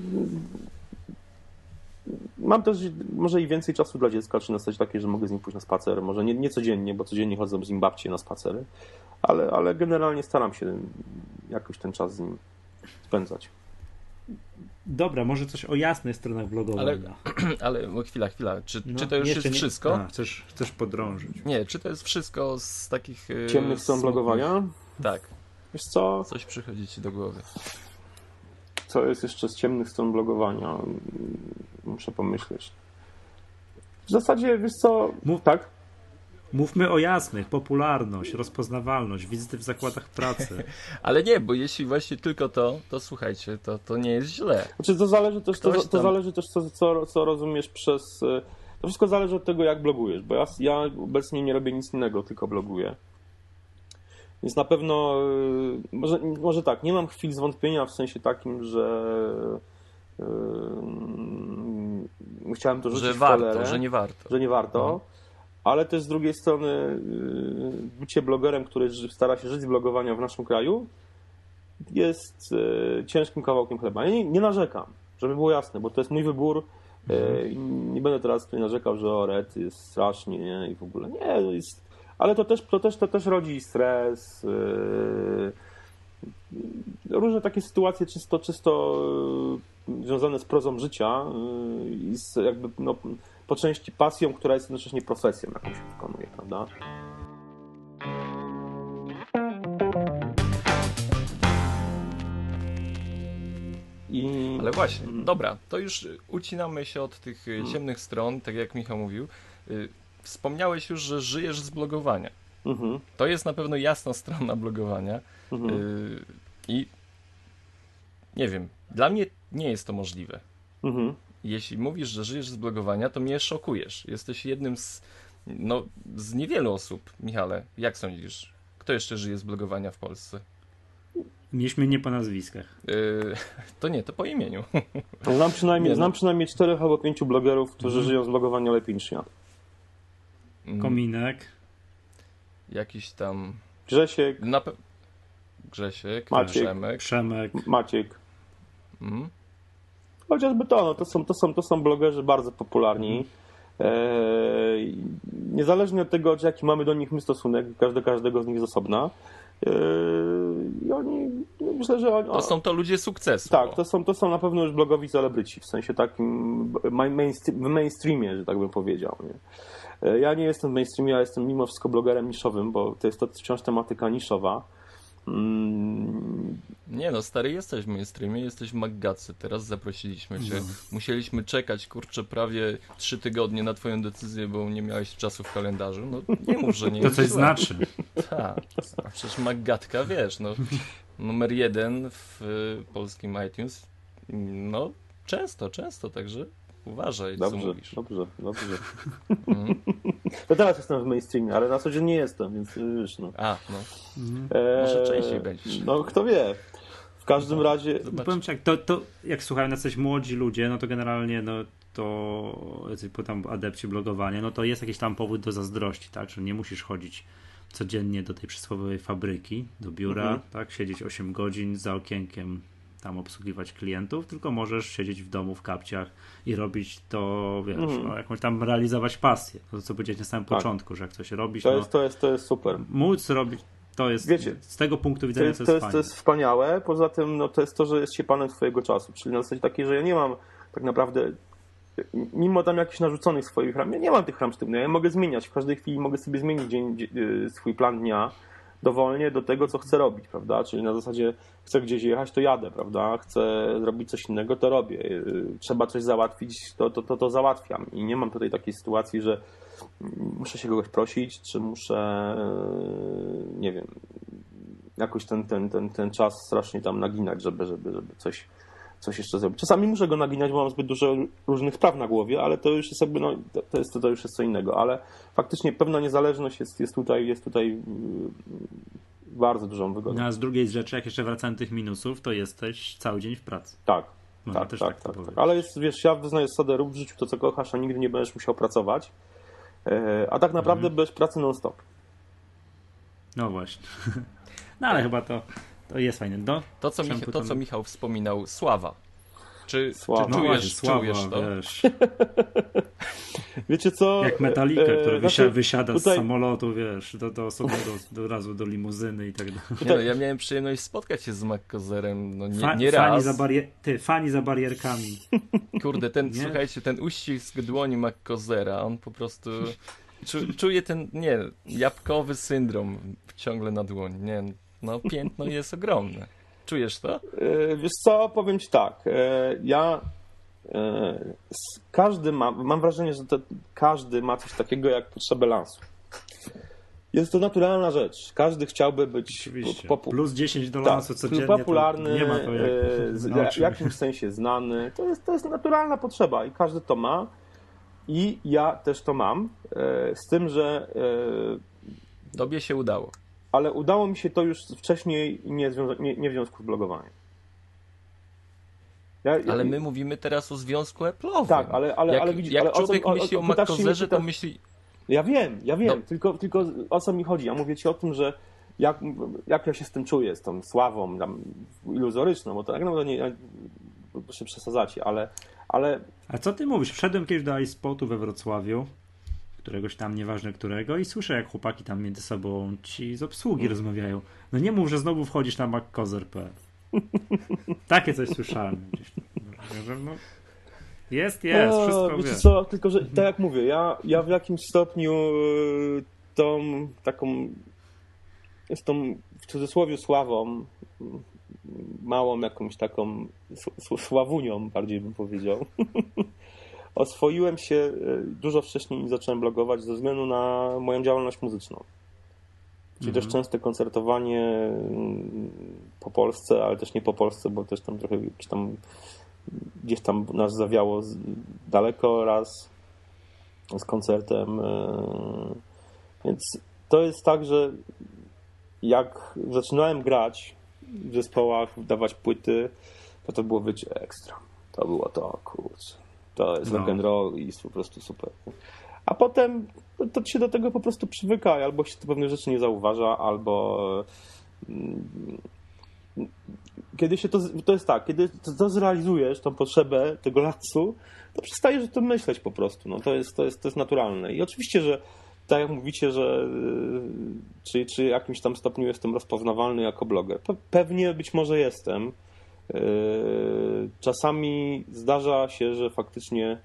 mam też może i więcej czasu dla dziecka, czy na zasadzie takiej, że mogę z nim pójść na spacer. Może nie, nie codziennie, bo codziennie chodzą z nim babcie na spacery, ale, ale generalnie staram się jakoś ten czas z nim spędzać. Dobra, może coś o jasnych stronach blogowania. Ale, ale no, chwila, chwila. Czy, No, czy to już jest nie... wszystko? A, chcesz, chcesz podrążyć. Nie, czy to jest wszystko z takich... Yy, ciemnych stron blogowania? Tak. Wiesz co? Coś przychodzi ci do głowy. Co jest jeszcze z ciemnych stron blogowania? Muszę pomyśleć. W zasadzie, wiesz co? Mów, tak? Mówmy o jasnych. Popularność, rozpoznawalność, wizyty w zakładach pracy. Ale nie, bo jeśli właśnie tylko to, to słuchajcie, to, to nie jest źle. Znaczy to zależy też, to, Ktoś to tam... zależy też co, co, co rozumiesz przez... To wszystko zależy od tego, jak blogujesz, bo ja, ja obecnie nie robię nic innego, tylko bloguję. Więc na pewno, może, może tak, nie mam chwil zwątpienia w sensie takim, że yy, chciałem to rzucić że w warto, cholerę, że nie warto. Że nie warto, mhm. Ale też z drugiej strony yy, bycie blogerem, który stara się żyć z blogowania w naszym kraju, jest yy, ciężkim kawałkiem chleba. Ja nie, nie narzekam, żeby było jasne, bo to jest mój wybór. Yy, nie będę teraz tutaj narzekał, że o red jest strasznie, nie? I w ogóle nie, jest... Ale to też, to też, to też rodzi stres, yy, różne takie sytuacje czysto, czysto yy, związane z prozą życia yy, i z jakby no, po części pasją, która jest jednocześnie profesją, jaką się wykonuje, prawda? I... Ale właśnie, dobra, to już ucinamy się od tych ciemnych stron, tak jak Michał mówił. Wspomniałeś już, że żyjesz z blogowania. Mhm. To jest na pewno jasna strona blogowania. Mhm. Yy, I nie wiem, dla mnie nie jest to możliwe. Mhm. Jeśli mówisz, że żyjesz z blogowania, to mnie szokujesz. Jesteś jednym z, no, z niewielu osób. Michale, jak sądzisz? Kto jeszcze żyje z blogowania w Polsce? Mieliśmy nie po nazwiskach. Yy, to nie, to po imieniu. Znam przynajmniej, nie, znam no. przynajmniej czterech albo pięciu blogerów, którzy mhm. żyją z blogowania lepiej niż ja. Kominek. Jakiś tam... Grzesiek. Na pe... Grzesiek, Maciek. Przemek. Przemek. Maciek. Mm. Chociażby to, no, to, są, to, są, to są blogerzy bardzo popularni. Eee, niezależnie od tego, jaki mamy do nich my stosunek, każdy, każdego z nich z osobna. I oni, myślę, że oni... To są to ludzie sukcesu. Tak, to są, to są na pewno już blogowi celebryci, w sensie takim mainstream, w mainstreamie, że tak bym powiedział. Nie? Ja nie jestem w mainstreamie, ja jestem mimo wszystko blogerem niszowym, bo to jest to wciąż tematyka niszowa. Mm. Nie no, stary, jesteś w mainstreamie, jesteś w Maggacy, teraz zaprosiliśmy cię. Musieliśmy czekać, kurczę, prawie trzy tygodnie na twoją decyzję, bo nie miałeś czasu w kalendarzu. No nie mów, że nie. To coś znaczy. Tak, a przecież Maggatka, wiesz, no numer jeden w y, polskim iTunes. No często, często, także uważaj, Dobrze, co mówisz. dobrze, dobrze. Mm. To teraz jestem w mainstreamie, ale na co dzień nie jestem, więc wiesz, no. A, no. Eee, Może częściej będziesz. No, kto wie. W każdym razie... Zobacz. Powiem ci, jak, to, to, jak słuchają na coś młodzi ludzie, no to generalnie no to jacyś tam adepci blogowania, no to jest jakiś tam powód do zazdrości, tak? Że nie musisz chodzić codziennie do tej przysłowiowej fabryki, do biura, Mhm. tak? Siedzieć osiem godzin za okienkiem, tam obsługiwać klientów, tylko możesz siedzieć w domu w kapciach i robić to, wiesz, Mhm. no, jakąś tam realizować pasję. To, co powiedziałeś na samym Tak. początku, że jak coś robisz, To no, jest, to jest, to jest super. móc robić, to jest, Wiecie, z tego punktu To widzenia jest, to to, jest jest, fajne. to jest wspaniałe. Poza tym no, to jest to, że jest się panem swojego czasu. Czyli na zasadzie takiej, że ja nie mam tak naprawdę, mimo tam jakichś narzuconych swoich ram, ja nie mam tych ram sztywnych. Ja mogę zmieniać. W każdej chwili mogę sobie zmienić dzień, dzie- swój plan dnia dowolnie do tego, co chcę robić, prawda? Czyli na zasadzie chcę gdzieś jechać, to jadę, prawda? Chcę zrobić coś innego, to robię. Trzeba coś załatwić, to, to, to, to załatwiam. I nie mam tutaj takiej sytuacji, że muszę się kogoś prosić, czy muszę, nie wiem, jakoś ten, ten, ten, ten czas strasznie tam naginać, żeby, żeby, żeby coś, coś jeszcze zrobić. Czasami muszę go naginać, bo mam zbyt dużo różnych spraw na głowie, ale to już jest jakby, no, to jest, to już jest co innego, ale faktycznie pewna niezależność jest, jest tutaj, jest tutaj bardzo dużą wygodą. No, a z drugiej rzeczy, jak jeszcze wracam do tych minusów, to jesteś cały dzień w pracy. Tak. Można Tak, też tak, tak, to tak, tak. powiedzieć. Ale jest, wiesz, ja wyznaję zasadę, rób w życiu to, co kochasz, a nigdy nie będziesz musiał pracować. E, A tak naprawdę bez pracy non-stop. No właśnie. No ale chyba to, to jest fajne. No, To, co, Chciałem Mich- to, potem- co Michał wspominał, sława. Czy, Sława. czy no czujesz, właśnie, sława, czujesz to? wiesz, Wiecie co? jak Metallica, E, który wysia- znaczy, wysiada tutaj- z samolotu, wiesz, do, do, sobie do, do razu do limuzyny i tak dalej. Nie no, ja miałem przyjemność spotkać się z McCozerem, no nie, Fa- nie fani, raz. za barier- ty, fani za barierkami. Kurde, ten, Nie? słuchajcie, ten uścisk dłoni McCozera, on po prostu czu, czuje ten, nie, jabłkowy syndrom ciągle na dłoni, nie, no piętno jest ogromne. Czujesz to? E, Wiesz co, powiem ci tak. e, Ja e, s- każdy ma, mam wrażenie, że to, każdy ma coś takiego jak potrzebę lansu. Jest to naturalna rzecz. Każdy chciałby być Oczywiście. popu- Plus dziesięć do tak, lansu codziennie, popularny, to nie ma to jak... e, z- no, w oczywiście. jakimś sensie znany. To jest, to jest naturalna potrzeba i każdy to ma. I ja też to mam. e, Z tym, że e, Tobie się udało. ale udało mi się to już wcześniej nie, związa- nie, nie w związku z blogowaniem. Ja, Ale ja, my mówimy teraz o związku Apple'owym. Tak, ale, ale, jak, ale widzisz, jak ale o co- człowiek o- o- myśli o, pytasz się mnie, McCozerze, to pytasz- myśli... Ja wiem, ja wiem, No. tylko, tylko o co mi chodzi? Ja mówię ci o tym, że jak, jak ja się z tym czuję, z tą sławą tam iluzoryczną, bo to tak naprawdę nie, bo się przesadzacie, ale, ale A co ty mówisz? Wszedłem kiedyś do iSpotu we Wrocławiu, któregoś tam, nieważne którego, i słyszę, jak chłopaki tam między sobą ci z obsługi Mm. rozmawiają. No nie mów, że znowu wchodzisz na McCozer kropka p l. Takie coś słyszałem gdzieś. Że no, jest, jest, o, wszystko wiecie wiesz. co, tylko że tak jak mówię, ja, ja w jakimś stopniu y, tą taką, z tą w cudzysłowie sławą, y, małą jakąś taką sł- sławunią, bardziej bym powiedział, oswoiłem się y, dużo wcześniej niż zacząłem blogować ze względu na moją działalność muzyczną. Czyli Mhm. też częste koncertowanie mm, po Polsce, ale też nie po Polsce, bo też tam trochę gdzieś tam, gdzieś tam nas zawiało z, daleko raz z koncertem. y, Więc to jest tak, że jak zaczynałem grać w zespołach, dawać płyty, to to było wiecie ekstra. To było to, kurczę. To jest No. rock and roll i jest po prostu super. A potem to, to się do tego po prostu przywyka, albo się to pewnych rzeczy nie zauważa, albo mm, kiedy się to, to jest tak, kiedy to, to zrealizujesz tą potrzebę tego lasu, to przestajesz o tym myśleć po prostu. No, to, jest, to, jest, to jest naturalne. I oczywiście, że tak jak mówicie, że czy, czy w jakimś tam stopniu jestem rozpoznawalny jako bloger. Pe- pewnie być może jestem. Czasami zdarza się, że faktycznie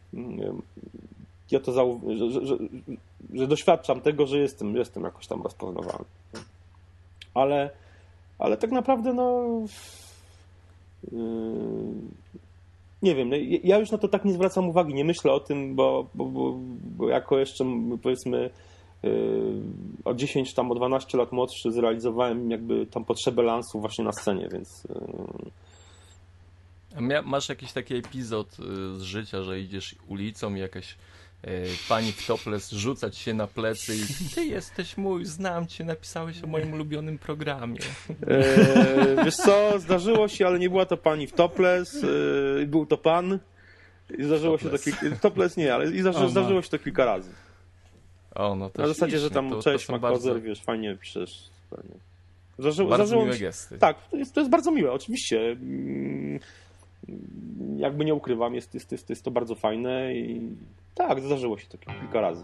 ja to zau- że, że, że, że doświadczam tego, że jestem, jestem jakoś tam rozpoznawalny. Ale, ale tak naprawdę no yy, nie wiem, ja już na to tak nie zwracam uwagi, nie myślę o tym, bo, bo, bo, bo jako jeszcze powiedzmy yy, o dziesięć tam o dwanaście lat młodszy zrealizowałem jakby tą potrzebę lansu właśnie na scenie, więc yy, A mia- masz jakiś taki epizod y, z życia, że idziesz ulicą i jakaś y, pani w topless rzuca ci się na plecy i ty jesteś mój, znam cię, napisałeś o moim ulubionym programie. Eee, wiesz co, zdarzyło się, ale nie była to pani w topless, eee, był to pan. I zdarzyło Topless. się to kilka... Topless nie, ale i zdarzyło, O, zdarzyło się to kilka razy. O, no to Na zasadzie, że ślicznie, tam to, cześć to są Makozer, bardzo, wiesz, fajnie piszesz. Fajnie. Zdarzyło, bardzo zdarzyło miłe mi się... gesty. Tak, to jest, to jest bardzo miłe, oczywiście. Mm, jakby nie ukrywam, jest, jest, jest, jest to bardzo fajne i tak, zdarzyło się to kilka razy.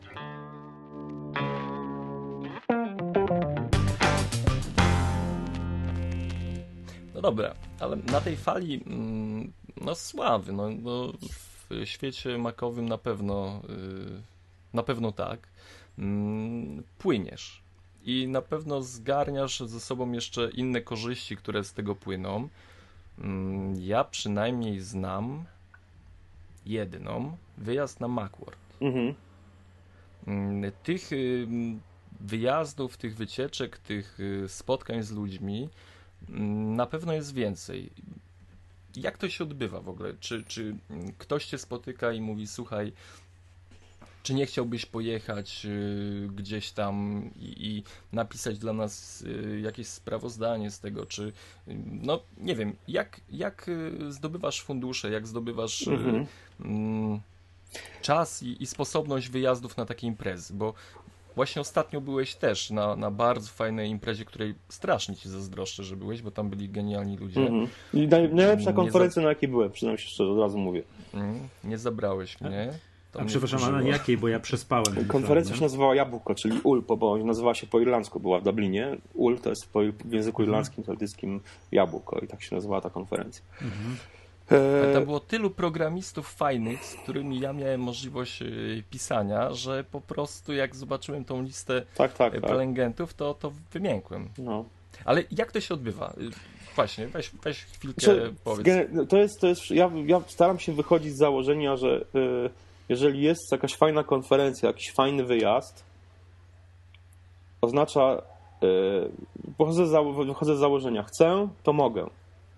No dobra, ale na tej fali mm, no sławy, no, no w świecie makowym na pewno y, na pewno tak, mm, płyniesz i na pewno zgarniasz ze sobą jeszcze inne korzyści, które z tego płyną. Mm, ja przynajmniej znam jedną, wyjazd na Macworld. Mhm. Mm, Tych y, wyjazdów, tych wycieczek, tych y, spotkań z ludźmi mm, na pewno jest więcej. Jak to się odbywa w ogóle? Czy, czy ktoś cię spotyka i mówi, słuchaj, czy nie chciałbyś pojechać y, gdzieś tam i, i napisać dla nas y, jakieś sprawozdanie z tego, czy y, no nie wiem, jak, jak y, zdobywasz fundusze, jak zdobywasz y, Mhm. mm, czas i, i sposobność wyjazdów na takie imprezy, bo właśnie ostatnio byłeś też na, na bardzo fajnej imprezie, której strasznie ci zazdroszczę, że byłeś, bo tam byli genialni ludzie. Mhm. I naj, najlepsza Nie konferencja, na jakiej byłem, przyznam się szczerze, od razu mówię. Mm, nie zabrałeś mnie. To A mnie przepraszam, a wkurzyło. na jakiej, bo ja przespałem. Konferencja się dokładnie. nazywała Jabłko, czyli U L, bo nazywała się po irlandzku, była w Dublinie. U L to jest po, w języku irlandzkim, celtyckim Jabłko i tak się nazywała ta konferencja. Mhm. Ale E, tam było tylu programistów fajnych, z którymi ja miałem możliwość y, pisania, że po prostu jak zobaczyłem tą listę tak, tak, y, tak. prelegentów, to, to wymiękłem. No. Ale jak to się odbywa? Y, Właśnie, weź, weź chwilkę, Czy, powiedz. gen- to jest, to jest, ja, ja staram się wychodzić z założenia, że y, jeżeli jest jakaś fajna konferencja, jakiś fajny wyjazd, oznacza, y, wychodzę, z zało- wychodzę z założenia, chcę, to mogę.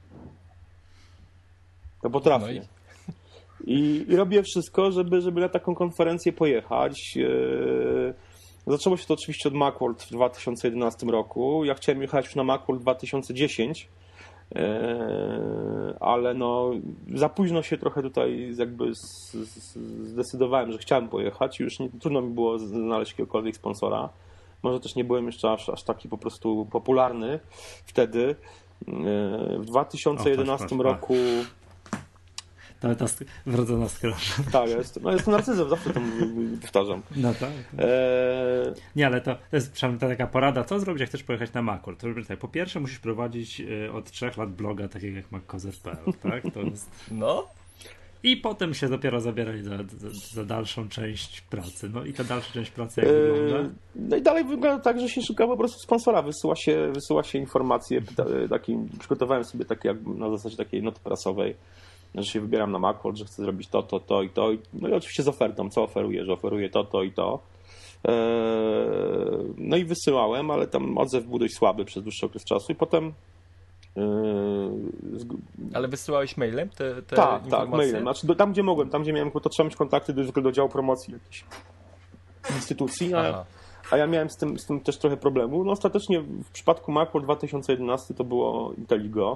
To potrafię. No i- I, I robię wszystko, żeby, żeby na taką konferencję pojechać. Yy, Zaczęło się to oczywiście od Macworld w dwa tysiące jedenastym roku. Ja chciałem jechać już na Macworld dwa tysiące dziesiątym, yy, ale no za późno się trochę tutaj jakby z, z, zdecydowałem, że chciałem pojechać. Już nie, trudno mi było znaleźć jakiegokolwiek sponsora. Może też nie byłem jeszcze aż, aż taki po prostu popularny wtedy. Yy, W dwa tysiące jedenastym O, patrz, patrz, roku Ta, ta sk- wrodzona skrowa. tak jest. No jestem narcyzem, zawsze to mówię, powtarzam. No tak. Eee, Nie, ale to, to jest przynajmniej taka porada, co zrobić, jak chcesz pojechać na Macworld. To robisz tak, po pierwsze musisz prowadzić y, od trzech lat bloga takiego jak Mackozer kropka p l, tak? To jest... No, I potem się dopiero zabierać za, za, za dalszą część pracy. No i ta dalsza część pracy jak eee, wygląda? no i dalej wygląda tak, że się szuka po prostu sponsora. Wysyła się, wysyła się informacje. pyta- Taki, przygotowałem sobie takie jakby na zasadzie takiej noty prasowej, że się wybieram na Macworld, że chcę zrobić to, to, to i to. No i oczywiście z ofertą, co oferuję, że oferuję to, to i to. Eee, no i wysyłałem, ale tam odzew był dość słaby przez dłuższy okres czasu i potem eee, zg- ale wysyłałeś mailem te, te tak, tak, informacje? mailem. Znaczy, do, tam, gdzie mogłem, tam, gdzie miałem, bo to trzeba mieć kontakty do, zwykle do działu promocji jakiejś instytucji, a, Aha. a ja miałem z tym, z tym też trochę problemu. No ostatecznie w przypadku Macworld dwa tysiące jedenastym to było Inteligo.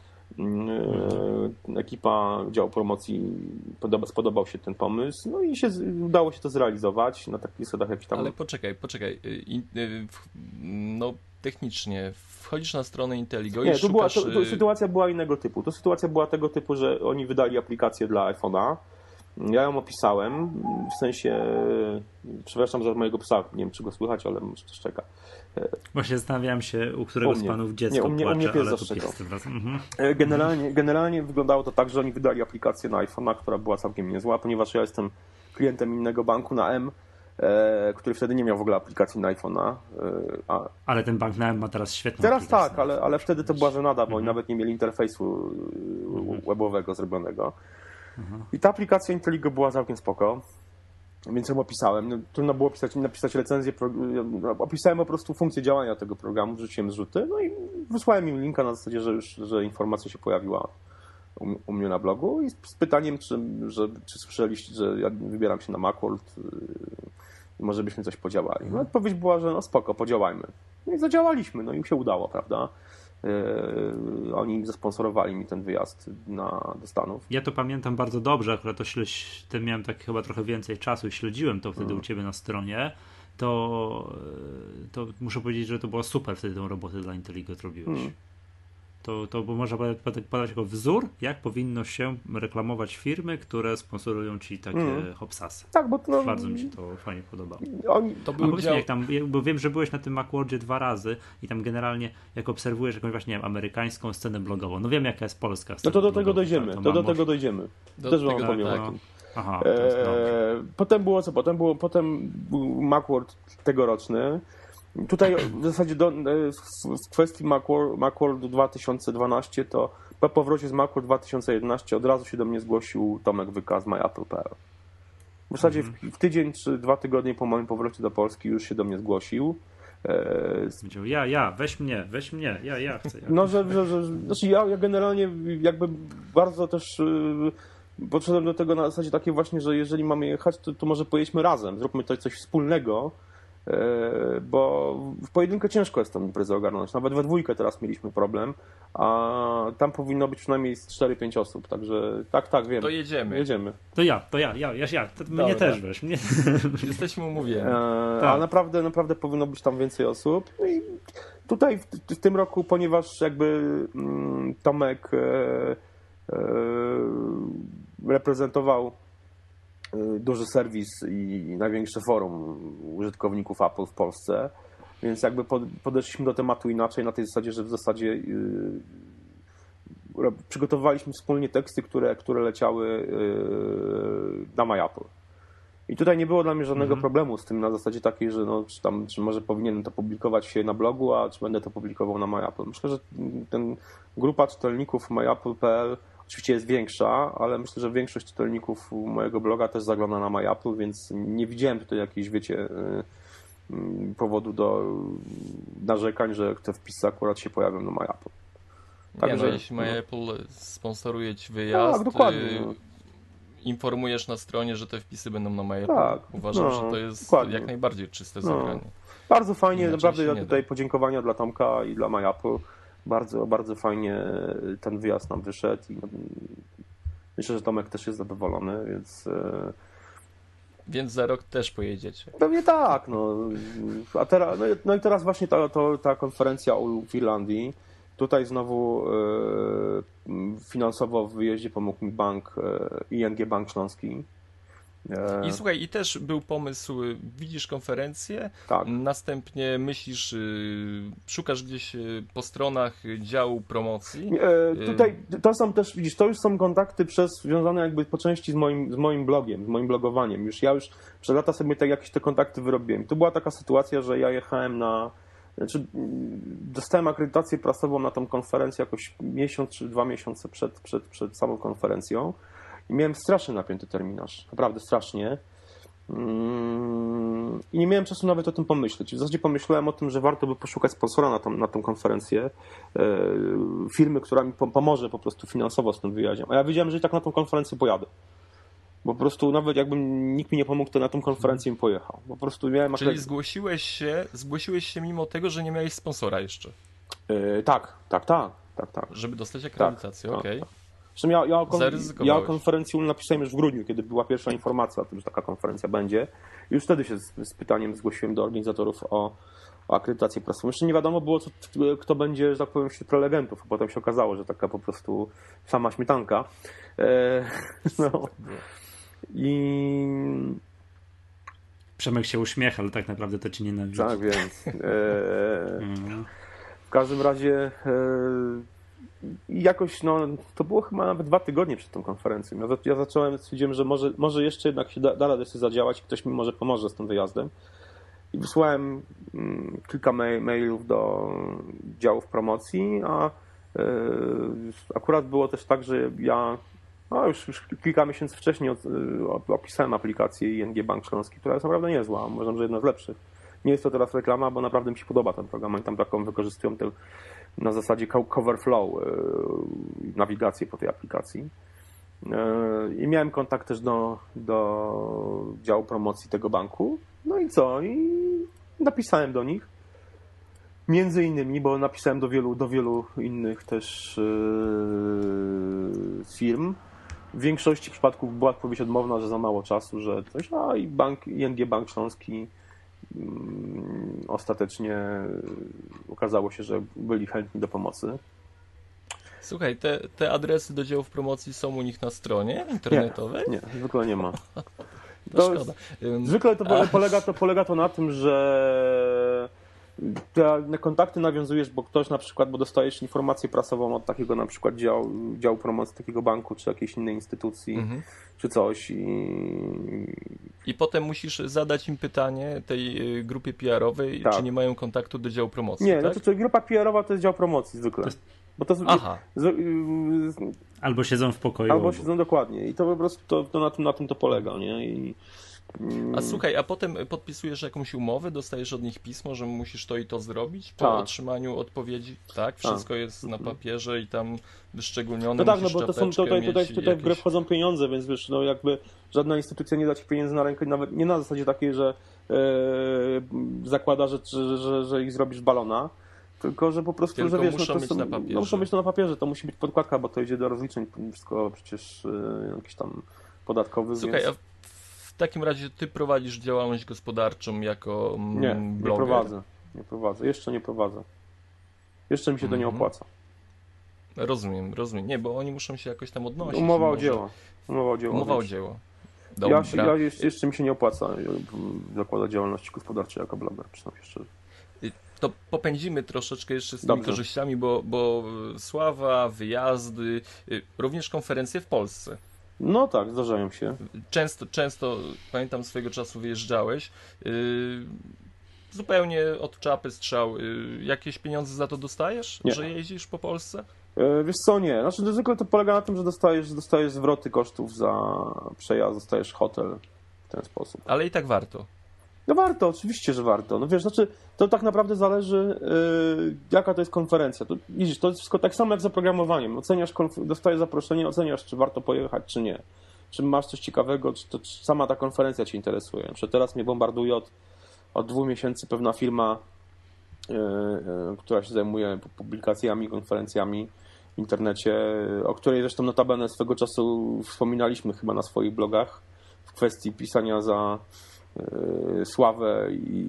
Yy, ekipa działu promocji podoba, spodobał się ten pomysł, no i się, udało się to zrealizować na takich zasadach jak tam... Ale poczekaj, poczekaj. y, in- y, w- No, technicznie wchodzisz na stronę Inteligo i Nie, to, była, szukasz... to, to y, sytuacja była innego typu. To sytuacja była tego typu, że oni wydali aplikację dla iPhone'a Ja ją opisałem, w sensie, przepraszam za mojego psa, nie wiem czy go słychać, ale może też czeka. Właśnie zastanawiałem się, u którego U z mnie. panów dziecko Nie, u mnie- u płacze, mnie pies ale to zaszczekał. pies tym razem. Mhm. Generalnie, generalnie wyglądało to tak, że oni wydali aplikację na iPhone'a, która była całkiem niezła, ponieważ ja jestem klientem innego banku na M, e, który wtedy nie miał w ogóle aplikacji na iPhone'a. E, a Ale ten bank na M ma teraz świetną teraz aplikację. tak, ale, ale wtedy to była żenada, bo oni Mhm. nawet nie mieli interfejsu Mhm. webowego zrobionego. Mhm. I ta aplikacja Inteligo była całkiem spoko. Więc ją opisałem. No, trudno było pisać, napisać recenzję. Pro... Opisałem po prostu funkcję działania tego programu, wrzuciłem zrzuty, no i wysłałem im linka na zasadzie, że już że informacja się pojawiła u, u mnie na blogu i z, z pytaniem, czy, że, czy słyszeliście, że ja wybieram się na Macworld i może byśmy coś podziałali. No odpowiedź była, że no spoko, podziałajmy. No i zadziałaliśmy, no i się udało, prawda? Yy, oni zasponsorowali mi ten wyjazd na, do Stanów. Ja to pamiętam bardzo dobrze, akurat to śledź, ten miałem tak chyba trochę więcej czasu i śledziłem to wtedy Mhm. u ciebie na stronie, to, to muszę powiedzieć, że to było super wtedy tą robotę dla Inteligo robiłeś. Mhm. To, to można podać, podać jako wzór, jak powinno się reklamować firmy, które sponsorują ci takie Mhm. hopsasy. Tak, bo to, no, Bardzo mi się to fajnie podobało. oni, To A był powiedz dział... mi, jak tam, bo wiem, że byłeś na tym Macworldzie dwa razy i tam generalnie, jak obserwujesz jakąś właśnie, nie wiem, amerykańską scenę blogową, no wiem, jaka jest polska no scena to do tego blogowa, dojdziemy, tak, to do mam tego moż- dojdziemy. Do Też tego, wam powiem tak. o tym. Aha, to jest dobrze. Eee, potem było co? Potem, było, potem był Macworld tegoroczny. Tutaj w zasadzie do, w, w kwestii Macworld, Macworld dwa tysiące dwanaście to po powrocie z Macworld dwa tysiące jedenaście od razu się do mnie zgłosił Tomek Wyka z myapple kropka p l. W zasadzie w, w tydzień czy dwa tygodnie po moim powrocie do Polski już się do mnie zgłosił. Eee, Powiedział, ja, ja, weź mnie, weź mnie, ja, ja chcę. Ja. No, że, że, że znaczy ja, ja generalnie jakby bardzo też yy, podszedłem do tego na zasadzie takiej właśnie, że jeżeli mamy jechać, to, to może pojedźmy razem, zróbmy to coś wspólnego, yy, bo w pojedynkę ciężko jest tą imprezę ogarnąć. Nawet we dwójkę teraz mieliśmy problem, a tam powinno być przynajmniej z cztery pięć osób, także tak, tak, wiem. To jedziemy. Jedziemy. To ja, to ja, ja, ja, ja. To mnie Dobra. też weź, mnie. Jesteśmy umówieni. E, Tak. A naprawdę, naprawdę powinno być tam więcej osób. No i tutaj w, w tym roku, ponieważ jakby mm, Tomek e, e, reprezentował e, duży serwis i największe forum użytkowników Apple w Polsce, więc jakby pod, podeszliśmy do tematu inaczej, na tej zasadzie, że w zasadzie e, przygotowaliśmy wspólnie teksty, które, które leciały e, na MyApple. I tutaj nie było dla mnie żadnego Mhm. problemu z tym na zasadzie takiej, że no, czy, tam, czy może powinienem to publikować się na blogu, a czy będę to publikował na MyApple. Myślę, że ten grupa czytelników myapple kropka p l oczywiście jest większa, ale myślę, że większość czytelników mojego bloga też zagląda na MyApple, więc nie widziałem tutaj jakiejś, wiecie, powodu do narzekań, że te wpisy akurat się pojawią na MyApple. Nie, Także- no, jeśli MyApple sponsoruje ci wyjazd, Tak, dokładnie. y, no. informujesz na stronie, że te wpisy będą na MyApple. Tak, Uważam, no, że to jest dokładnie. jak najbardziej czyste No. zagranie. Bardzo fajnie, Inaczej naprawdę się ja nie tutaj da. podziękowania dla Tomka i dla MyApple. Bardzo, bardzo fajnie ten wyjazd nam wyszedł i no, myślę, że Tomek też jest zadowolony, więc e, Więc za rok też pojedziecie. pewnie tak. No. A teraz, no, i- no i teraz właśnie ta, to, ta konferencja u- w Irlandii. Tutaj znowu e, finansowo w wyjeździe pomógł mi bank e, I N G Bank Śląski. E, I słuchaj, i też był pomysł, y, widzisz konferencję, tak. następnie myślisz, y, szukasz gdzieś y, po stronach y, działu promocji. E, tutaj to są też, widzisz, to już są kontakty przez, związane jakby po części z moim, z moim blogiem, z moim blogowaniem. Już ja już przez lata sobie te, jakieś te kontakty wyrobiłem. Tu była taka sytuacja, że ja jechałem na, znaczy mm, dostałem akredytację prasową na tą konferencję jakoś miesiąc czy dwa miesiące przed, przed, przed samą konferencją i miałem strasznie napięty terminarz, naprawdę strasznie. Mm, I nie miałem czasu nawet o tym pomyśleć. W zasadzie pomyślałem o tym, że warto by poszukać sponsora na tą, na tą konferencję, e, firmy, która mi pom- pomoże po prostu finansowo z tym wyjazdem. A ja wiedziałem, że i tak na tą konferencję pojadę. Bo po prostu nawet jakby nikt mi nie pomógł, to na tą konferencję bym pojechał. Po prostu miałem Czyli akurat- zgłosiłeś się, zgłosiłeś się mimo tego, że nie miałeś sponsora jeszcze, E, tak, tak, tak, tak, tak. żeby dostać akredytację, tak, okej. tak. Zresztą ja, ja, o kon- Zaryzykowałeś. ja o konferencji napisałem już w grudniu, kiedy była pierwsza informacja o tym, że taka konferencja będzie. I już wtedy się z, z pytaniem zgłosiłem do organizatorów o, o akredytację prasową. Jeszcze nie wiadomo było, co, kto będzie, że tak powiem, wśród prelegentów. A potem się okazało, że taka po prostu sama śmietanka. E, no. I Przemek się uśmiecha, ale tak naprawdę to ci nienawidzi. tak więc e, Mhm. w każdym razie e, jakoś, no, to było chyba nawet dwa tygodnie przed tą konferencją. Ja, za- ja zacząłem, stwierdziłem, że może, może jeszcze jednak się da, da radę sobie zadziałać i ktoś mi może pomoże z tym wyjazdem. I wysłałem mm, kilka mail, mailów do działów promocji, a e, akurat było też tak, że ja no, już, już kilka miesięcy wcześniej od, e, opisałem aplikację I N G Bank Śląski, która jest naprawdę niezła, uważam, że jedna z lepszych. Nie jest to teraz reklama, bo naprawdę mi się podoba ten program. Oni tam taką wykorzystują tę na zasadzie co- cover flow e, nawigację po tej aplikacji. E, I miałem kontakt też do, do działu promocji tego banku. No i co? I napisałem do nich. Między innymi, bo napisałem do wielu, do wielu innych też yy, firm. W większości przypadków była odpowiedź odmowna, że za mało czasu, że coś, a i bank, I N G Bank Śląski mm, ostatecznie okazało się, że byli chętni do pomocy. Słuchaj, te, te adresy do działów promocji są u nich na stronie internetowej? Nie, zwykle nie ma. To To szkoda. Ym, Zwykle to a- polega, to polega to na tym, że te kontakty nawiązujesz, bo ktoś na przykład, bo dostajesz informację prasową od takiego na przykład działu, działu promocji takiego banku, czy jakiejś innej instytucji, Mhm. czy coś i I potem musisz zadać im pytanie tej y, grupie P R-owej, Tak. czy nie mają kontaktu do działu promocji, nie, tak? znaczy to grupa P R-owa to jest dział promocji zwykle. To jest- Bo to z, Aha, z, z, Albo siedzą w pokoju. albo obok. siedzą dokładnie i to po prostu to, to na, tym, na tym to polega, nie? I, a słuchaj, a potem podpisujesz jakąś umowę, dostajesz od nich pismo, że musisz to i to zrobić po Tak. otrzymaniu odpowiedzi, tak? Wszystko jest na papierze i tam wyszczególnione, No tak, no musisz bo to są czapeczkę tutaj, tutaj, mieć tutaj w grę jakieś- wchodzą pieniądze, więc wiesz, no jakby żadna instytucja nie da ci pieniędzy na rękę, nawet nie na zasadzie takiej, że e, zakłada, że, że, że, że ich zrobisz balona, tylko że po prostu, Tylko że wiesz, muszą no to być są, na papierze. no muszą być to na papierze, to musi być podkładka, bo to idzie do rozliczeń, wszystko przecież e, jakiś tam podatkowy, Słuchaj, więc... a w takim razie ty prowadzisz działalność gospodarczą jako mm, Nie, nie bloger? prowadzę, nie prowadzę, jeszcze nie prowadzę. Jeszcze mi się to nie Mhm. opłaca. Rozumiem, rozumiem. Nie, bo oni muszą się jakoś tam odnosić. Umowa o Może- dzieło. Umowa o dzieło. Umowa o wiesz. dzieło. Ja, Dobra. się, ja jeszcze, jeszcze mi się nie opłaca e, zakładać działalności gospodarczej jako bloger, przyznam się szczerze. To popędzimy troszeczkę jeszcze z tymi Dobrze. korzyściami, bo, bo sława, wyjazdy, y, również konferencje w Polsce. No tak, zdarzają się. Często, często, pamiętam swojego czasu wyjeżdżałeś, y, zupełnie od czapy strzał. Y, jakieś pieniądze za to dostajesz, Nie. że jeździsz po Polsce? E, Wiesz co, nie. Znaczy, to zwykle to polega na tym, że dostajesz, dostajesz zwroty kosztów za przejazd, dostajesz hotel w ten sposób. Ale i tak warto. No warto, oczywiście, że warto. No wiesz, znaczy, to tak naprawdę zależy, yy, jaka to jest konferencja. To, widzisz, to jest wszystko tak samo jak z zaprogramowaniem. Oceniasz, konf- dostajesz zaproszenie, oceniasz, czy warto pojechać, czy nie. Czy masz coś ciekawego, czy, to, czy sama ta konferencja cię interesuje. Na przykład teraz mnie bombarduje od, od dwóch miesięcy pewna firma, yy, yy, która się zajmuje publikacjami, konferencjami w internecie, o której zresztą notabene swego czasu wspominaliśmy chyba na swoich blogach w kwestii pisania za yy, sławę i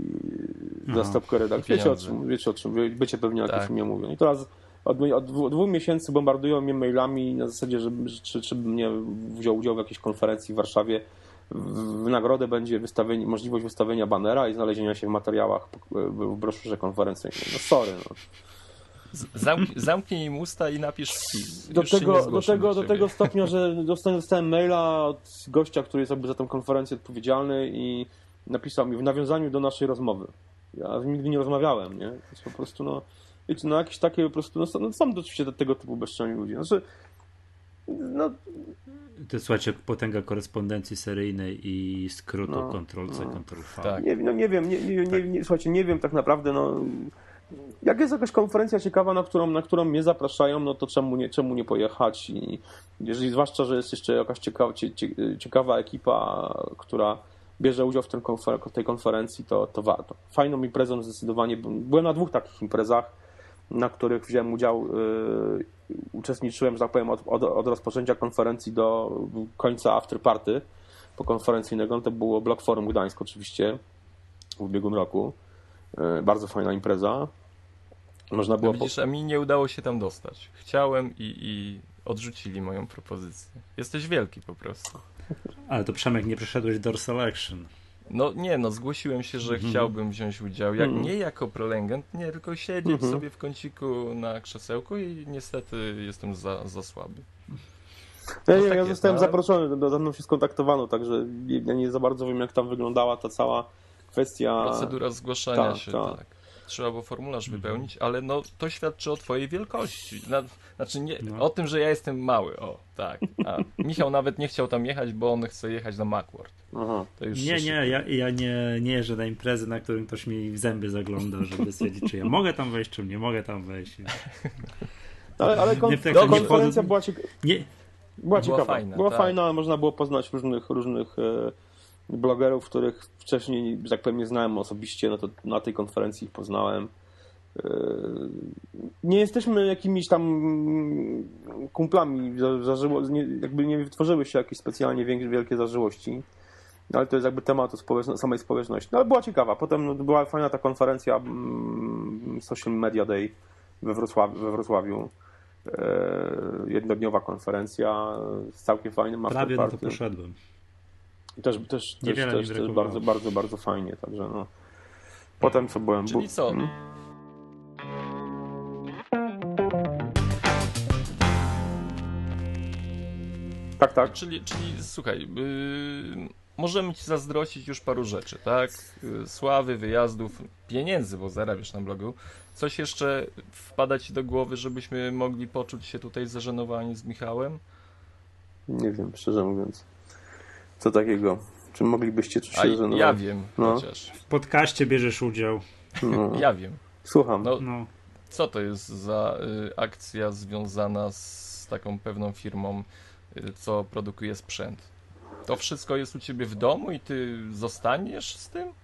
za Aha. stopkę redakcji. I Wiecie o, pieniądze. czym, wiecie o czym, wie- wiecie pewnie o Tak. czym ja mówię. I teraz od, od dwu- dwóch miesięcy bombardują mnie mailami na zasadzie, że, czy, czy bym nie wziął udział w jakiejś konferencji w Warszawie. W w nagrodę będzie wystawienie, możliwość wystawienia banera i znalezienia się w materiałach w broszurze konferencyjnej. No sorry, no. Z- Zamk- zamknij im usta i napisz wpis. Do Już się nie tego, do, zgłoszę tego, do ciebie. tego stopnia, że dostałem, dostałem maila od gościa, który jest jakby za tę konferencję odpowiedzialny i napisał mi w nawiązaniu do naszej rozmowy. Ja z nim nigdy nie rozmawiałem, nie? To jest po prostu, no, wiecie, no jakieś takie po prostu, no, no są oczywiście tego typu bezczelni ludzie. Znaczy, no, To słuchajcie, potęga korespondencji seryjnej i skrótu No, Ctrl-C, no. Ctrl-V. Tak. nie, no nie wiem, nie, nie, nie, nie, słuchajcie, nie wiem tak naprawdę, no, jak jest jakaś konferencja ciekawa, na którą, na którą mnie zapraszają, no to czemu nie, czemu nie pojechać i jeżeli zwłaszcza, że jest jeszcze jakaś ciekawa, cie, cie, ciekawa ekipa, która bierze udział w tym konfer- tej konferencji, to, to warto. Fajną imprezą zdecydowanie, byłem na dwóch takich imprezach, na których wziąłem udział, yy, uczestniczyłem, że tak powiem, od, od, od rozpoczęcia konferencji do końca afterparty pokonferencyjnego. To było Blog Forum Gdańsk oczywiście w ubiegłym roku. Yy, bardzo fajna impreza. Można No było... widzisz, a mi nie udało się tam dostać. Chciałem i, i odrzucili moją propozycję. Jesteś wielki po prostu. Ale to Przemek, nie przeszedłeś door selection. No nie, no zgłosiłem się, że Mhm. chciałbym wziąć udział, jak, Mhm. nie jako prelegent, nie, tylko siedzieć Mhm. sobie w kąciku na krzesełku i niestety jestem za, za słaby. Ja, No nie, tak ja jest, zostałem no ale- zaproszony, do- ze mną się skontaktowano, także ja nie za bardzo wiem, jak tam wyglądała ta cała kwestia. Procedura zgłaszania tak, się, tak. tak. Trzeba było formularz Mhm. wypełnić, ale no to świadczy o twojej wielkości. Na, znaczy nie, No. o tym, że ja jestem mały, o, tak. A Michał nawet nie chciał tam jechać, bo on chce jechać na Macworld. Aha. To już Nie, się nie, ja, ja nie, nie jeżdżę na imprezy, na którym ktoś mi w zęby zagląda, żeby stwierdzić, czy ja mogę tam wejść, czy nie mogę tam wejść. Ale, ale kon, Nie, tak, kon, nie konferencja wchodzę- była, cieka- Nie, była Była ciekawa. fajna, była tak. fajna, ale można było poznać różnych, różnych e, blogerów, których wcześniej, że tak powiem, nie znałem osobiście, no to na tej konferencji ich poznałem. E, nie jesteśmy jakimiś tam kumplami, za- zażyło, nie, jakby nie wytworzyły się jakieś specjalnie większe, wielkie zażyłości, ale to jest jakby temat społeczno- samej społeczności. No ale była ciekawa. Potem no, była fajna ta konferencja mm, Social Media Day we Wrocławiu. We Wrocławiu. E, jednodniowa konferencja z całkiem fajnym prawie na to afterparty. poszedłem. I Też, też, też, Niewiele mi też, też brakowało. bardzo, bardzo, bardzo fajnie. Także no. Potem co byłem... Czyli bu- co? Hmm? Tak, tak. Czyli, czyli słuchaj, yy, możemy ci zazdrościć już paru rzeczy, tak? Yy, sławy, wyjazdów, pieniędzy, bo zarabiasz na blogu. Coś jeszcze wpada ci do głowy, żebyśmy mogli poczuć się tutaj zażenowani z Michałem? Nie wiem, szczerze mówiąc. Co takiego? Czy moglibyście czuć A się żenować? ja wiem, No. chociaż. W podcaście bierzesz udział. No. Ja wiem. Słucham. No, No. co to jest za y, akcja związana z taką pewną firmą, y, co produkuje sprzęt? To wszystko jest u ciebie w domu i ty zostaniesz z tym?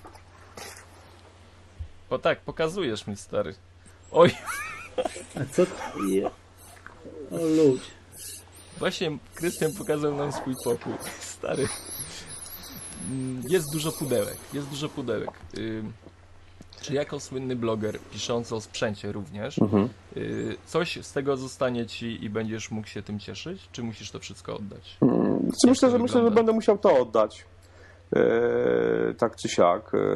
Bo tak, pokazujesz mi, stary. Oj, A co? Je... O ludzie. właśnie Krystian pokazał nam swój pokój. Stary. Mm, Jest dużo pudełek, jest dużo pudełek. Y, Czy jako słynny bloger, piszący o sprzęcie również, Mhm. y, coś z tego zostanie ci i będziesz mógł się tym cieszyć? Czy musisz to wszystko oddać? Mm, Znaczy, myślę, że, myślę, że wygląda? będę musiał to oddać. E, tak czy siak. E,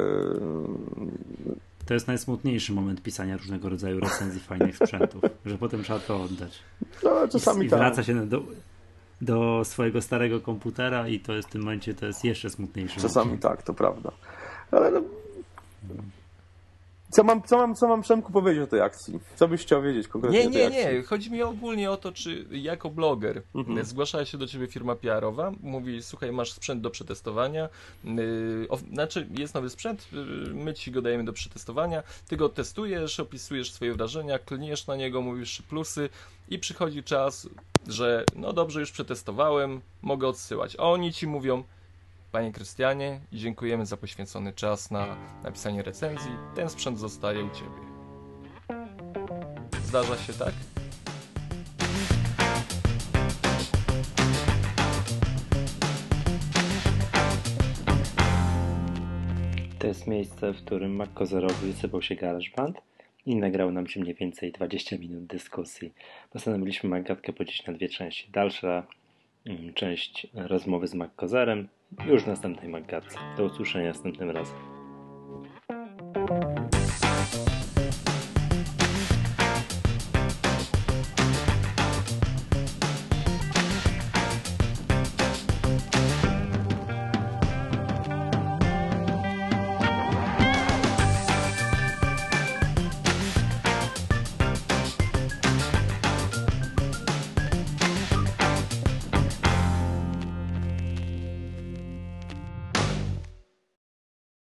To jest najsmutniejszy moment pisania różnego rodzaju recenzji fajnych sprzętów, że potem trzeba to oddać. no, ale I, czasami i tak. wraca się do, do swojego starego komputera i to jest w tym momencie to jest jeszcze smutniejszy Czasami moment. tak, to prawda. Ale no, co mam, co mam, co mam Przemku powiedzieć o tej akcji? Co byś chciał wiedzieć konkretnie Nie, o tej nie, akcji? nie. Chodzi mi ogólnie o to, czy jako bloger Mhm. zgłasza się do ciebie firma P R-owa, mówi, słuchaj, masz sprzęt do przetestowania, yy, o, znaczy jest nowy sprzęt, yy, my ci go dajemy do przetestowania, ty go testujesz, opisujesz swoje wrażenia, klniesz na niego, mówisz plusy i przychodzi czas, że no dobrze, już przetestowałem, mogę odsyłać. A oni ci mówią, panie Krystianie, dziękujemy za poświęcony czas na napisanie recenzji, ten sprzęt zostaje u ciebie. Zdarza się tak? To jest miejsce, w którym Mac Kozerowi wysypał się GarageBand i nagrał nam się mniej więcej dwadzieścia minut dyskusji. Postanowiliśmy Magatkę podzielić na dwie części. Dalsza mm, część rozmowy z Mac Kozerem już w następnej Magatce. Do usłyszenia następnym razem.